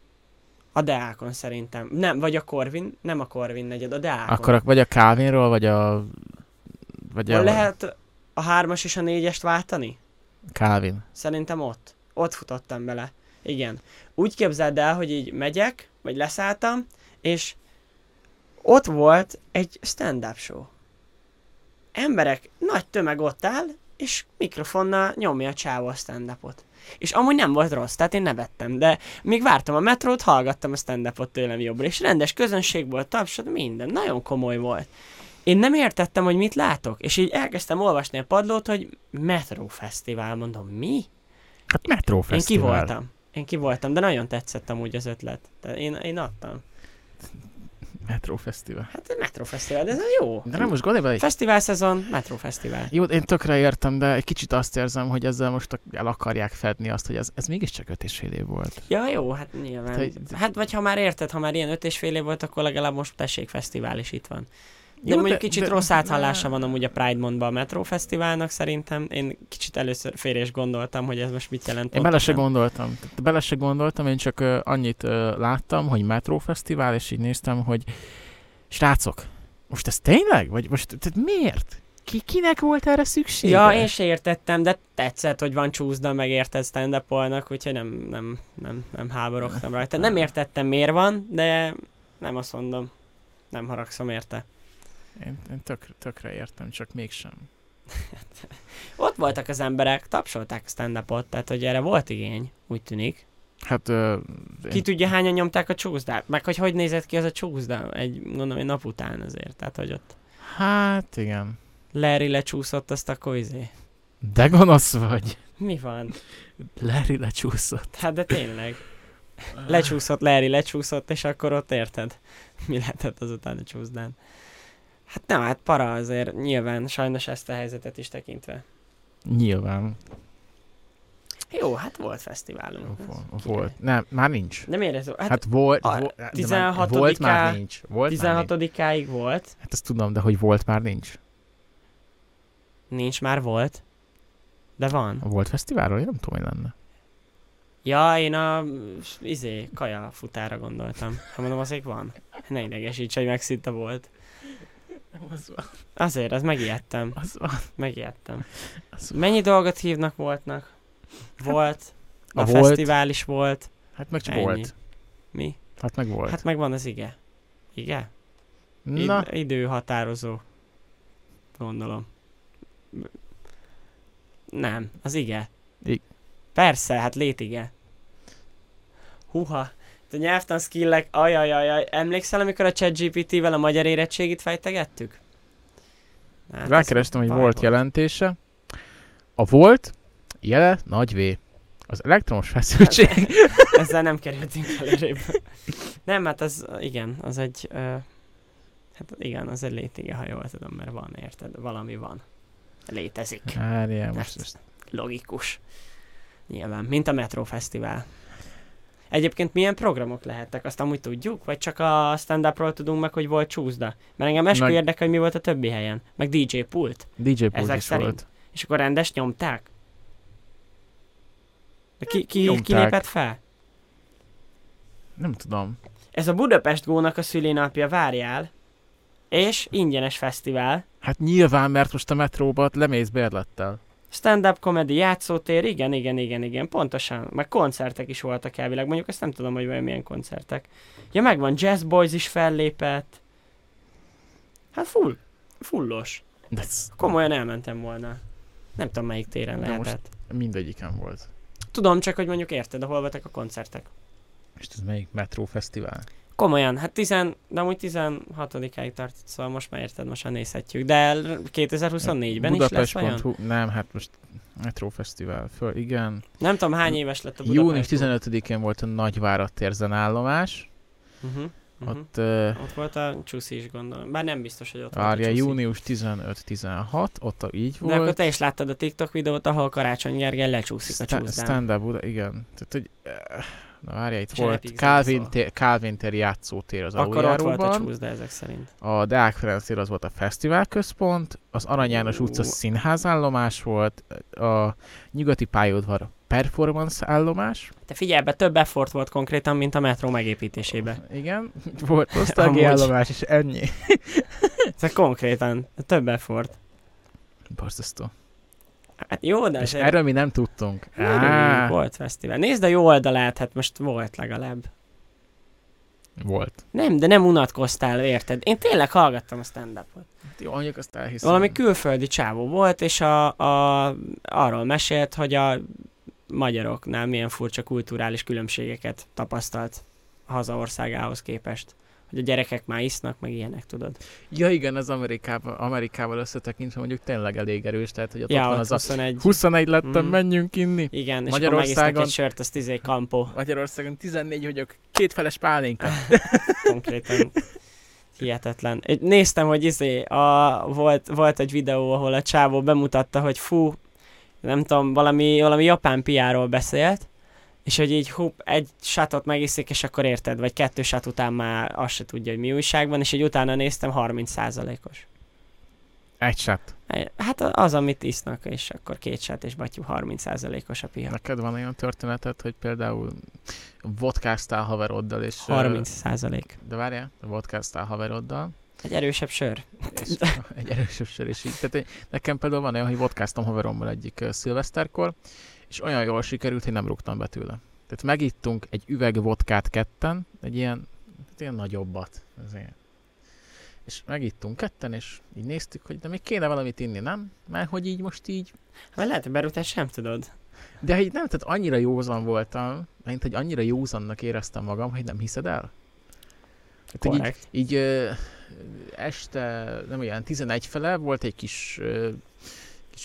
A Deákon szerintem. Nem, vagy a Corvin, nem a Corvin negyed, a Deákon. Akkor a, vagy a Calvinról, vagy a... Vagy Hol a... lehet a hármas és a négyest váltani? Calvin. Szerintem ott. Ott futottam bele. Igen. Úgy képzeld el, hogy így megyek, vagy leszálltam, és ott volt egy stand-up show. Emberek, nagy tömeg ott áll, és mikrofonnal nyomja a csávó a stand-upot. És amúgy nem volt rossz, tehát én nevettem, de míg vártam a metrót, hallgattam a stand-upot tőlem jobbra, és rendes közönség volt, tapsod, minden, nagyon komoly volt. Én nem értettem, hogy mit látok, és így elkezdtem olvasni a padlót, hogy Metro Fesztivál, mondom, mi? Hát Metro Én Fesztivál. ki voltam. Én ki voltam, de nagyon tetszett amúgy az ötlet. Tehát én, én adtam. Metro Fesztivál. Hát Metro Fesztivál, de ez jó. De nem most gondolj bele, Fesztivál szezon, Metro Fesztivál. jó, én tökre értem, de egy kicsit azt érzem, hogy ezzel most el akarják fedni azt, hogy ez, ez mégiscsak öt és fél év volt. Ja, jó, hát nyilván. Te- Hát vagy ha már érted, ha már ilyen öt és fél év volt, akkor legalább most tessék fesztivál is itt van. De Jó, mondjuk de- kicsit de- rossz áthallása de- van amúgy a Pride Monthban a Metro Fesztiválnak szerintem. Én kicsit először félre is gondoltam, hogy ez most mit jelent. Én bele se pontosan. gondoltam. Tehát Bele se gondoltam, én csak uh, annyit uh, láttam, hogy Metro Fesztivál, és így néztem, hogy srácok, most ez tényleg? Vagy most tehát miért? Ki, kinek volt erre szüksége? Ja, én se értettem, de tetszett, hogy van csúszda, meg érted stand-upolnak, úgyhogy nem, nem, nem, nem háborogtam rajta. Nem értettem, miért van, de nem azt mondom. Nem haragszom érte. Én, én tök, tökre értem, csak mégsem. Ott voltak az emberek, tapsolták a stand-upot, tehát hogy erre volt igény, úgy tűnik. Hát... Uh, Ki tudja, hányan nyomták a csúszdát? Meg hogy hogy nézett ki az a csúszda? Egy, gondolom, egy nap után azért. Tehát, hogy ott Hát igen. Larry lecsúszott, azt akkor izé. De gonosz vagy. Mi van? Larry lecsúszott. Hát de tényleg. Lecsúszott, Larry lecsúszott, és akkor ott érted, mi lehetett azután a csúszdán. Hát nem, hát para azért, nyilván, sajnos ezt a helyzetet is tekintve. Nyilván. Jó, hát volt fesztiválunk. Volt. volt. Nem, már nincs. Nem érező. Hát, Hát volt, a vo- de már- tizenhatodiká volt, már nincs. Volt már nincs. tizenhatodikáig volt. Hát ezt tudom, de hogy volt, már nincs. Nincs, már volt. De van. Volt fesztiválról? Én nem tudom, hogy lenne. Ja, én a izé, kaja futára gondoltam. Ha mondom, azért van. Ne idegesíts, hogy megszinte volt. Az van. Azért, az megijedtem. Az van. Megijedtem. Az van. Mennyi dolgot hívnak voltnak? Volt. A, A volt. fesztivál is volt. Hát meg csak Ennyi. volt. Mi? Hát meg volt. Hát megvan az ige. Ige? Na, Id- időhatározó. Gondolom. Nem, az ige. I- Persze, hát létige. Húha. A nyelvtan skillek, ajajajaj. Emlékszel, amikor a ChatGPT-vel a magyar érettségit fejtegettük? Hát rákerestem, hogy baj volt jelentése. A volt jele nagy V. Az elektromos feszültség. Ezzel nem kerültünk előrébb. Nem, hát az, igen, az egy, uh, hát igen, az egy létige, ha jól tudom, mert van, érted? Valami van. Létezik. Várjál, most Hát, ezt. logikus. Nyilván, mint a Metro Fesztivál. Egyébként milyen programok lehettek? Azt amúgy tudjuk? Vagy csak a stand-upról tudunk meg, hogy volt csúszda? Mert engem eskü Meg- érdekel, hogy mi volt a többi helyen. Meg dé dzsé pult. dé dzsé pult Ezek is szerint. volt. És akkor rendes nyomták? De ki, ki, Nyomták. ki lépett fel? Nem tudom. Ez a Budapest Gónak a szülinapja, várjál. És ingyenes fesztivál. Hát nyilván, mert most a metróba lemész bérlettel. Stand-up comedy, játszótér, igen, igen, igen, igen, pontosan. Meg koncertek is voltak elvileg, mondjuk ezt nem tudom, hogy vajon milyen koncertek. Ja, megvan, Jazz Boys is fellépett. Hát full, fullos. De ez Komolyan elmentem volna. Nem tudom, melyik téren De most- lehetett. mindegyiken volt. Tudom csak, hogy mondjuk érted, hol voltak a koncertek. És ez melyik metró fesztivál? Komolyan, hát tizen, de amúgy tizenhatodikáig tart, szóval most már érted, most már nézhetjük. De kétezer-huszonnégyben is lesz Budapest olyan? pont hu Nem, hát most metró fesztivál. Föl, igen. Nem tudom, hány éves lett a Budapest. Június tizenötödikén volt a Nagyvárad tér zeneállomás. Uh-huh, uh-huh. Ott uh, Ott volt a csúszi is, gondolom. Bár nem biztos, hogy ott volt várja, a csúszi. június tizenöt-tizenhat, ott a, így De akkor volt. te is láttad a TikTok videót, ahol Karácsony Gergely lecsúszik a Sta- csúszdán. Stand-up, Buda, igen. Tehát, hogy, eh, na várja, itt És volt Epic Calvin, zeneszól. tér, Calvin tér játszótér az Akkor ott volt a aluljáróban. csúszda ezek szerint. A Deák Ferenc tér az volt a fesztivál központ, az Arany János Ú. utca színházállomás volt, a Nyugati pályaudvar performance állomás. Te figyelj, ebbe több effort volt konkrétan, mint a metró megépítésébe. Igen, volt osztálygi Amúgy. állomás, és ennyi. Ez konkrétan több effort. Borzasztó. Hát jó, de És azért erről mi nem tudtunk. örüljünk, Á, volt fesztivál. Nézd a jó oldalát, hát most volt legalább. volt. Nem, de nem unatkoztál, érted? Én tényleg hallgattam a stand-upot. Jó, mondjuk azt elhiszem. Valami külföldi csávó volt, és a, a, arról mesélt, hogy a magyaroknál milyen furcsa kulturális különbségeket tapasztalt a hazaországához képest. Hogy a gyerekek már isznak, meg ilyenek, tudod. Ja igen, az Amerikával, Amerikával összetekintve mondjuk tényleg elég erős, tehát hogy ott, Ja, ott van ott az a huszonegy. huszonegy lettem, Mm. menjünk inni. Igen, és akkor Magyarországon- megisznak egy sört, az izé kampó. Magyarországon tizennégy vagyok, kétfeles pálinka. Konkrétan hihetetlen. Egy- Néztem, hogy izé, a, volt, volt egy videó, ahol a csávó bemutatta, hogy fú, nem tudom, valami, valami japán piáról beszélt, és hogy így hup, egy sátot megiszik, és akkor érted, vagy kettő sát után már azt se tudja, hogy mi újság van, és így utána néztem, harminc százalékos. Egy sat. Hát az, amit isznak, és akkor két sát, és batyú, harminc százalékos a piha. Neked van olyan történeted, hogy például vodkáztál haveroddal, és... harminc százalék. De várjál, vodkáztál haveroddal, Egy erősebb sör. és egy erősebb sör, és így. Tehát én- nekem például van olyan, hogy vodkáztam haverommal egyik uh, szilveszterkor, és olyan jól sikerült, hogy nem rúgtam be tőle. Tehát megittunk egy üveg vodkát ketten, egy ilyen, hát ilyen nagyobbat. Ez ilyen. És megittunk ketten, és így néztük, hogy de még kéne valamit inni, nem? Mert hogy így most így... Vagy lehet, hogy berúgtál, sem tudod. De így nem, tehát annyira józan voltam, mint hogy annyira józannak éreztem magam, hogy nem hiszed el. Hát, hogy így, Korrekt. így ö, este, nem olyan, tizenegy fele volt egy kis, ö, kis,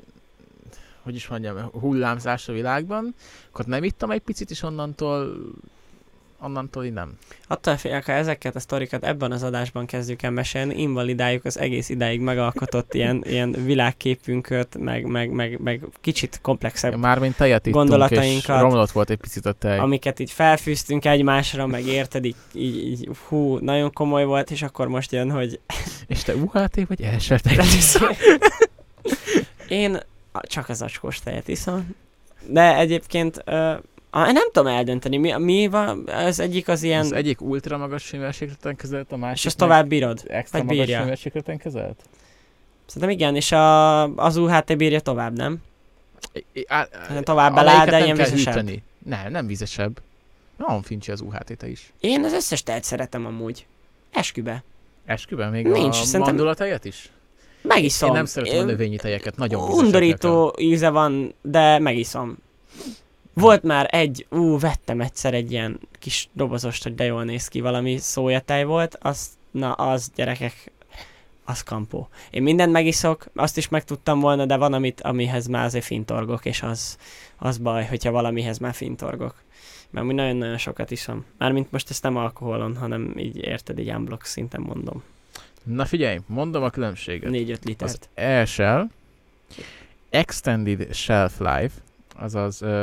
hogy is mondjam, hullámzás a világban, akkor nem ittam egy picit, és onnantól, onnantól így nem. Attól félek, ha ezeket a sztorikat ebben az adásban kezdjük el mesélni, invalidáljuk az egész idáig megalkotott ilyen, ilyen világképünket, meg, meg, meg, meg kicsit komplexebb, Mármint tejet ittunk, és gondolatainkat, romlott volt egy picit a tej. amiket így felfűztünk egymásra, meg érted, így, így, így hú, nagyon komoly volt, és akkor most jön, hogy És te u há té vagy elsertek? én csak az acskós tejet iszom, de egyébként ö, ah, nem tudom eldönteni, mi, mi van, az egyik az ilyen, Az egyik ultra magas hőmérsékleten kezelt, a másik és azt meg tovább bírod. extra vagy magas bírja. hőmérsékleten kezelt? Szerintem igen, és a, az u há té bírja tovább, nem? I- I- á- Tovább amelyiket belá, de nem ilyen kell vizesebb. hűteni. Nem, nem vizesebb. Nagyon fincsi az u há té-te is. Én az összes tejet szeretem amúgy. Eskübe. Esküben még Nincs, a szerintem- mandulatejet is? Megiszom. Én nem szeretem a Én- növényi tejeket, nagyon vizesek Undorító íze van, de megiszom. Volt már egy, ú, vettem egyszer egy ilyen kis dobozost, hogy de jól néz ki, valami szójatej volt, az, na az gyerekek, az kampó. Én mindent megiszok, azt is megtudtam volna, de van, amit, amihez már azért fintorgok, és az, az baj, hogyha valamihez már fintorgok. Mert mi nagyon-nagyon sokat iszom. Mármint most ezt nem alkoholon, hanem így érted, így unblock szinten mondom. Na figyelj, mondom a különbséget. négy-öt Az litert. E-shell, Extended Shelf Life, azaz uh,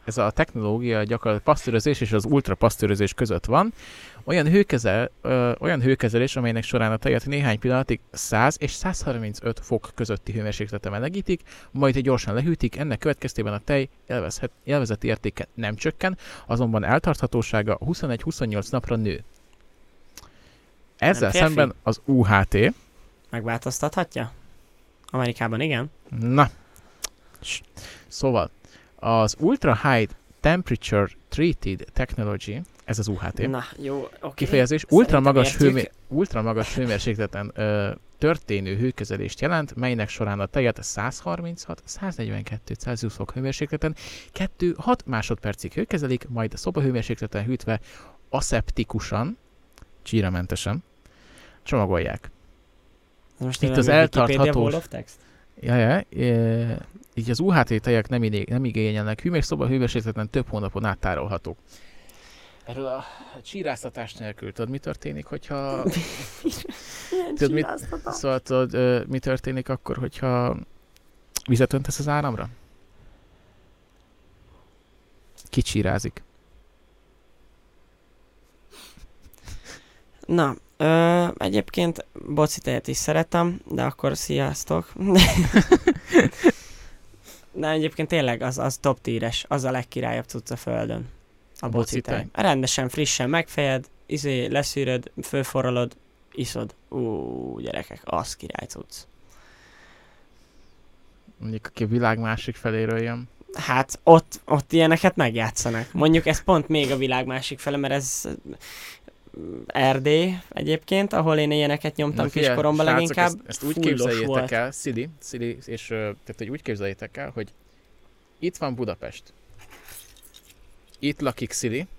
ez a technológia gyakorlatilag pasztőrözés és az ultrapasztőrözés között van. Olyan, hőkezel, ö, olyan hőkezelés, amelynek során a tejet néhány pillanatig száz és százharmincöt fok közötti hőmérsékleten melegítik, majd gyorsan lehűtik, ennek következtében a tej élvezhet, élvezeti értéke nem csökken, azonban eltarthatósága huszonegy-huszonnyolc napra nő. Ezzel szemben az u há té... Megváltoztathatja? Amerikában igen. Na, szóval az Ultra High Temperature Treated Technology, ez az u há té, Na, jó, okay. kifejezés, ultra magas, hőmé- ultra magas hőmérsékleten ö, történő hőkezelést jelent, melynek során a tejet százharminchat-száznegyvenkettő Celsius fok hőmérsékleten kettő-hat másodpercig hőkezelik, majd szobahőmérsékleten hűtve aszeptikusan, csíramentesen csomagolják. Most itt az eltarthatós... Ja, ja, e, így az u há té tejek nem, idég, nem igényelnek hű, még szoba hőmérsékleten több hónapon áttárolhatók. Erről a csíráztatás nélkül tudod, mi történik, hogyha... tudod, mi, szóval tudod, mi történik akkor, hogyha vizet öntesz az áramra? Kicsírázik. Na, ö, egyébként boci tejet is szeretem, de akkor sziasztok. De egyébként tényleg az, az top tíres, az a legkirályabb cucc a földön. A boci tej. Rendesen, frissen megfejed, izé, leszűröd, fölforralod, iszod. Ú, gyerekek, az király cucc. Mondjuk, aki a világ másik feléről jön. Hát ott, ott ilyeneket megjátszanak. Mondjuk ez pont még a világ másik fele, mert ez Erdély egyébként, ahol én ilyeneket nyomtam kiskoromban leginkább. Ezt, ezt úgy képzeljétek volt. el, Szili, Szili, és tehát, hogy úgy képzeljétek el, hogy itt van Budapest. Itt lakik Szili,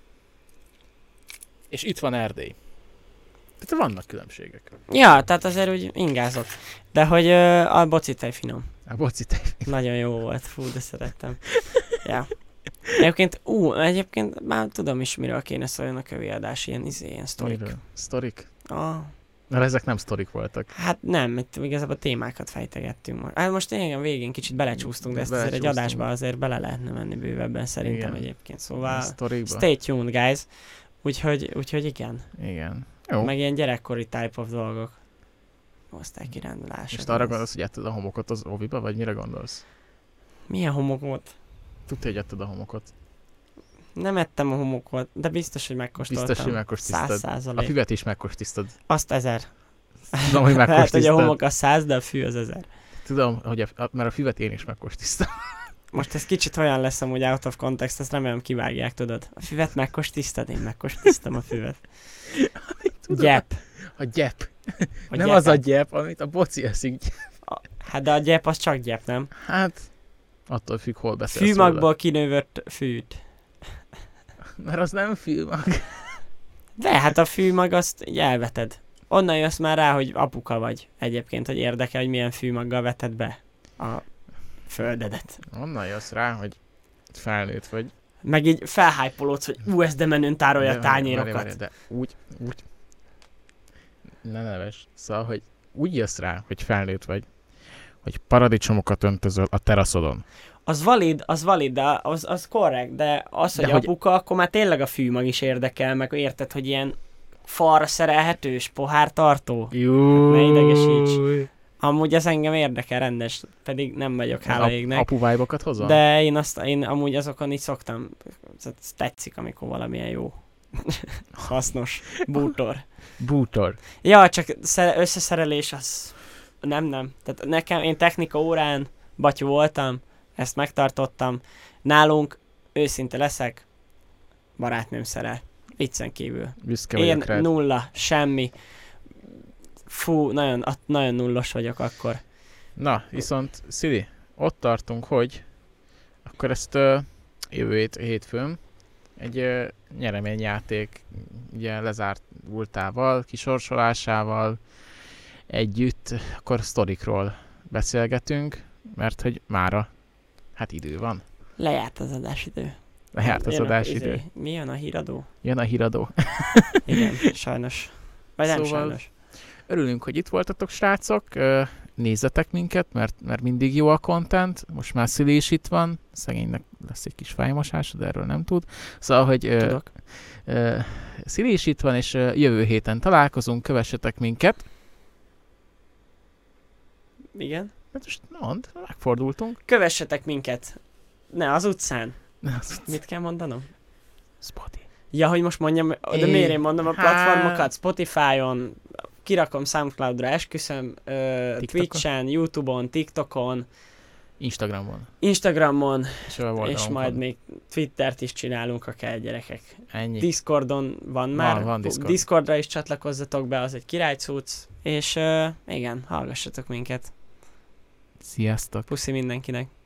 és itt van Erdély. Tehát vannak különbségek. Ja, tehát azért úgy ingázok. De hogy ö, a bocitej finom. A bocitej finom. Nagyon jó volt, fú, de szerettem. Ja. Egyébként, ú, egyébként már tudom is, miről kéne szóljon a kövi adás, ilyen, izé, ilyen sztorik. Miről? Sztorik? Ah. Mert ezek nem sztorik voltak. Hát nem, itt igazából témákat fejtegettünk. Hát most tényleg a végén kicsit belecsúsztunk, de ezt azért egy adásba azért bele lehetne menni bővebben szerintem. Igen. Egyébként. Szóval stay tuned, guys. Úgyhogy, úgyhogy igen. Igen. Jó. Meg ilyen gyerekkori type of dolgok. Osztálykirándulása. És arra gondolsz, hogy ettad a homokot az oviba, vagy mire gondolsz? Milyen homokot? Tudja, hogy ettad a homokot. Nem ettem a homokot, de biztos, hogy megkóstoltam. Biztos, hogy megkóstoltad. Száz százalék. A füvet is megkóstoltad. Azt ezer. Tudom, hogy megkóstoltad. Lehet, hogy a homok a száz, de a fű az ezer. Tudom, hogy a, mert a füvet én is megkóstoltam. Most ez kicsit olyan lesz amúgy out of context, ezt remélem kivágják, tudod. A füvet megkóstoltad, én megkóstoltam a füvet. Gyep. A gyep. A nem gyepet. az a gyep, amit a boci eszik. A, hát de a gyep az csak gyep, nem? Hát, attól függ, hol beszélsz Fűmagból kinővött fűt. Mert az nem fűmag. De hát a fűmag azt így elveted. Onnan jössz már rá, hogy apuka vagy egyébként, hogy érdekel, hogy milyen fűmaggal veted be a földedet. Onnan jössz rá, hogy felnőtt vagy. Meg így felhájpolódsz, hogy ú, ez de menőn tárolja a tányérokat. Várj, várj, de úgy, úgy, ne neves. Szóval, hogy úgy jössz rá, hogy felnőtt vagy, hogy paradicsomokat öntözöl a teraszodon. Az valid, az valid, de az, az korrekt, de az, hogy de apuka, hogy... akkor már tényleg a fűmag is érdekel, meg érted, hogy ilyen falra szerelhetős, pohártartó. Jó. Ne idegesíts. Amúgy ez engem érdekel rendes, pedig nem vagyok, hála égnek. Apu vibe-okat hozol? De én, azt, én amúgy azokon így szoktam, ez tetszik, amikor valamilyen jó. Hasznos. Bútor. Bútor. Ja, csak összeszerelés az... Nem, nem. Tehát nekem, én technika órán batyú voltam, ezt megtartottam. Nálunk, őszinte leszek, barátnőm szerel. Viccen kívül. Büszke én rád. Nulla, semmi. Fú, nagyon, nagyon nullos vagyok akkor. Na, viszont Szili, ott tartunk, hogy akkor ezt uh, jövő hét, hétfőn egy uh, nyereményjáték ugye lezárultával, kisorsolásával együtt, akkor sztorikról beszélgetünk, mert hogy mára hát idő van. Lejárt az adásidő. Lejárt az jön adásidő. Izé, mi jön a híradó? Jön a híradó. Igen, sajnos. Vagy nem szóval sajnos. Örülünk, hogy itt voltatok, srácok. nézzetek minket, mert, mert mindig jó a content, most már Szili is itt van, szegénynek lesz egy kis fájmosás, de erről nem tud. Szóval, hogy ö, ö, Szili is itt van, és ö, jövő héten találkozunk, kövessetek minket. Igen. Hát most mondd, megfordultunk. Kövessetek minket. Ne, az utcán. Ne, az utcán. Mit kell mondanom? Spotify. Ja, hogy most mondjam, de É, miért én mondom a hát- platformokat? Spotify-on, kirakom Soundcloud-ra, esküszöm, ö, TikTokon? Twitch-en, YouTube-on, TikTokon, Instagramon. Instagramon, És, és majd még Twittert is csinálunk akár, gyerekek. Ennyi. Discordon van már. Van, van Discord. Discordra is csatlakozzatok be, az egy királycuc. És uh, igen, hallgassatok minket. Sziasztok. Puszi mindenkinek.